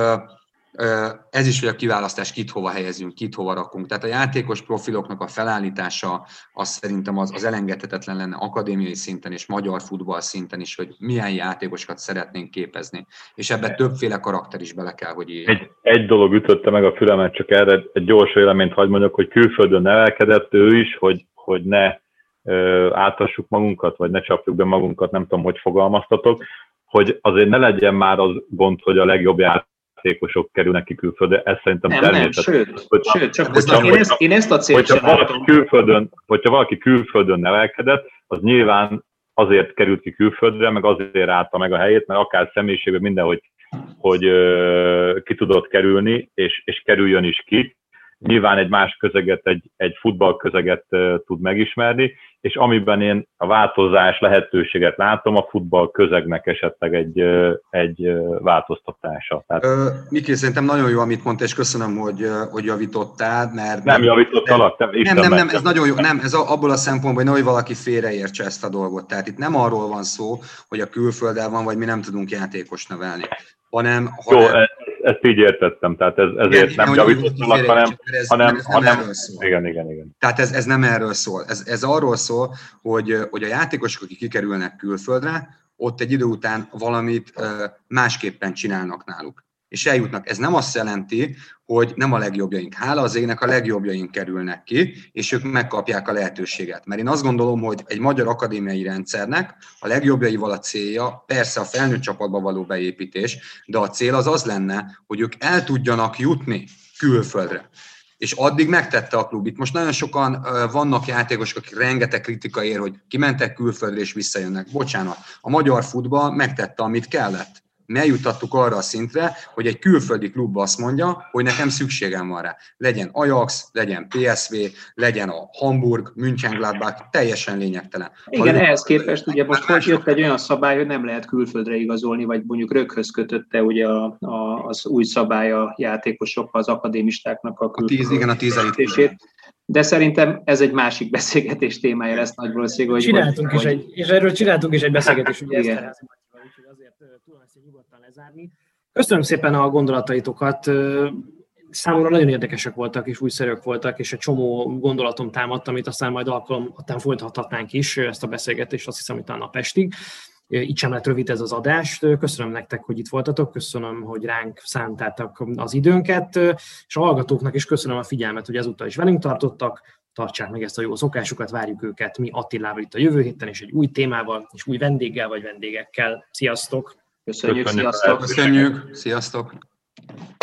ez is, hogy a kiválasztás kit hova helyezünk, kit hova rakunk. Tehát a játékos profiloknak a felállítása az szerintem az elengedhetetlen lenne akadémiai szinten és magyar futball szinten is, hogy milyen játékosokat szeretnénk képezni. És ebben többféle karakter is bele kell, hogy írjon. Egy dolog ütötte meg a fülemet, csak erre egy gyors véleményt hagy mondjak, hogy külföldön nevelkedett ő is, hogy ne áltassuk magunkat, vagy ne csapjuk be magunkat, nem tudom, hogy fogalmaztatok, hogy azért ne legyen már az gond, hogy a legjobb játékosok kerülnek ki külföldre, ez szerintem természetes. Sőt, csak én ezt a célt sem látom. Hogyha valaki külföldön nevelkedett, az nyilván azért került ki külföldre, meg azért állta meg a helyét, mert akár személyiségben mindenhogy ki tudott kerülni, és kerüljön is ki. Nyilván egy más közeget, egy futballközeget tud megismerni, és amiben én a változás lehetőséget látom, a futball közegnek esetleg egy változtatása. Miki, szerintem nagyon jó, amit mondta, és köszönöm, hogy javítottál, mert... Nem javítottalak, nem, ez nagyon jó, nem, ez abból a szempontból, hogy nehogy valaki félreértse ezt a dolgot. Tehát itt nem arról van szó, hogy a külfölddel van, vagy mi nem tudunk játékos nevelni, hanem... Jó, ezt így értettem, tehát ezért nem javítottalak, hanem erről szól. Igen. Tehát ez nem erről szól. Ez arról szól, hogy a játékosok, akik kikerülnek külföldre, ott egy idő után valamit másképpen csinálnak náluk. És eljutnak. Ez nem azt jelenti, hogy nem a legjobbjaink. Hála az égnek a legjobbjaink kerülnek ki, és ők megkapják a lehetőséget. Mert én azt gondolom, hogy egy magyar akadémiai rendszernek a legjobbjaival a célja, persze a felnőtt csapatba való beépítés, de a cél az lenne, hogy ők el tudjanak jutni külföldre. És addig megtette a klub. Itt most nagyon sokan vannak játékosok, akik rengeteg kritika ér, hogy kimentek külföldre és visszajönnek. Bocsánat, a magyar futball megtette, amit kellett. Mi eljuttattuk arra a szintre, hogy egy külföldi klub azt mondja, hogy nekem szükségem van rá. Legyen Ajax, legyen PSV, legyen a Hamburg, Mönchengladbach, teljesen lényegtelen. Igen, ehhez képest ugye most hogy jött egy olyan szabály, hogy nem lehet külföldre igazolni, vagy mondjuk röghöz kötötte ugye az új szabály a játékosok, az akadémistáknak a külföldre. De szerintem ez egy másik beszélgetés témája lesz nagy valószínűleg. És erről csináltunk is egy beszélgetést, ugye ezt úgyhogy azért tudom ezt nyugodtan lezárni. Köszönöm szépen a gondolataitokat. Számomra nagyon érdekesek voltak, és újszerűek voltak, és egy csomó gondolatom támadt, amit aztán majd alkalommal folytathatnánk is ezt a beszélgetést, azt hiszem, hogy talán napestig. Itt sem lett rövid ez az adás. Köszönöm nektek, hogy itt voltatok, köszönöm, hogy ránk szántátok az időnket, és a hallgatóknak is köszönöm a figyelmet, hogy ezúttal is velünk tartottak. Tartsák meg ezt a jó szokásukat, várjuk őket mi Attilával itt a jövő héten, és egy új témával, és új vendéggel vagy vendégekkel. Sziasztok! Köszönjük, sziasztok! Köszönjük, sziasztok!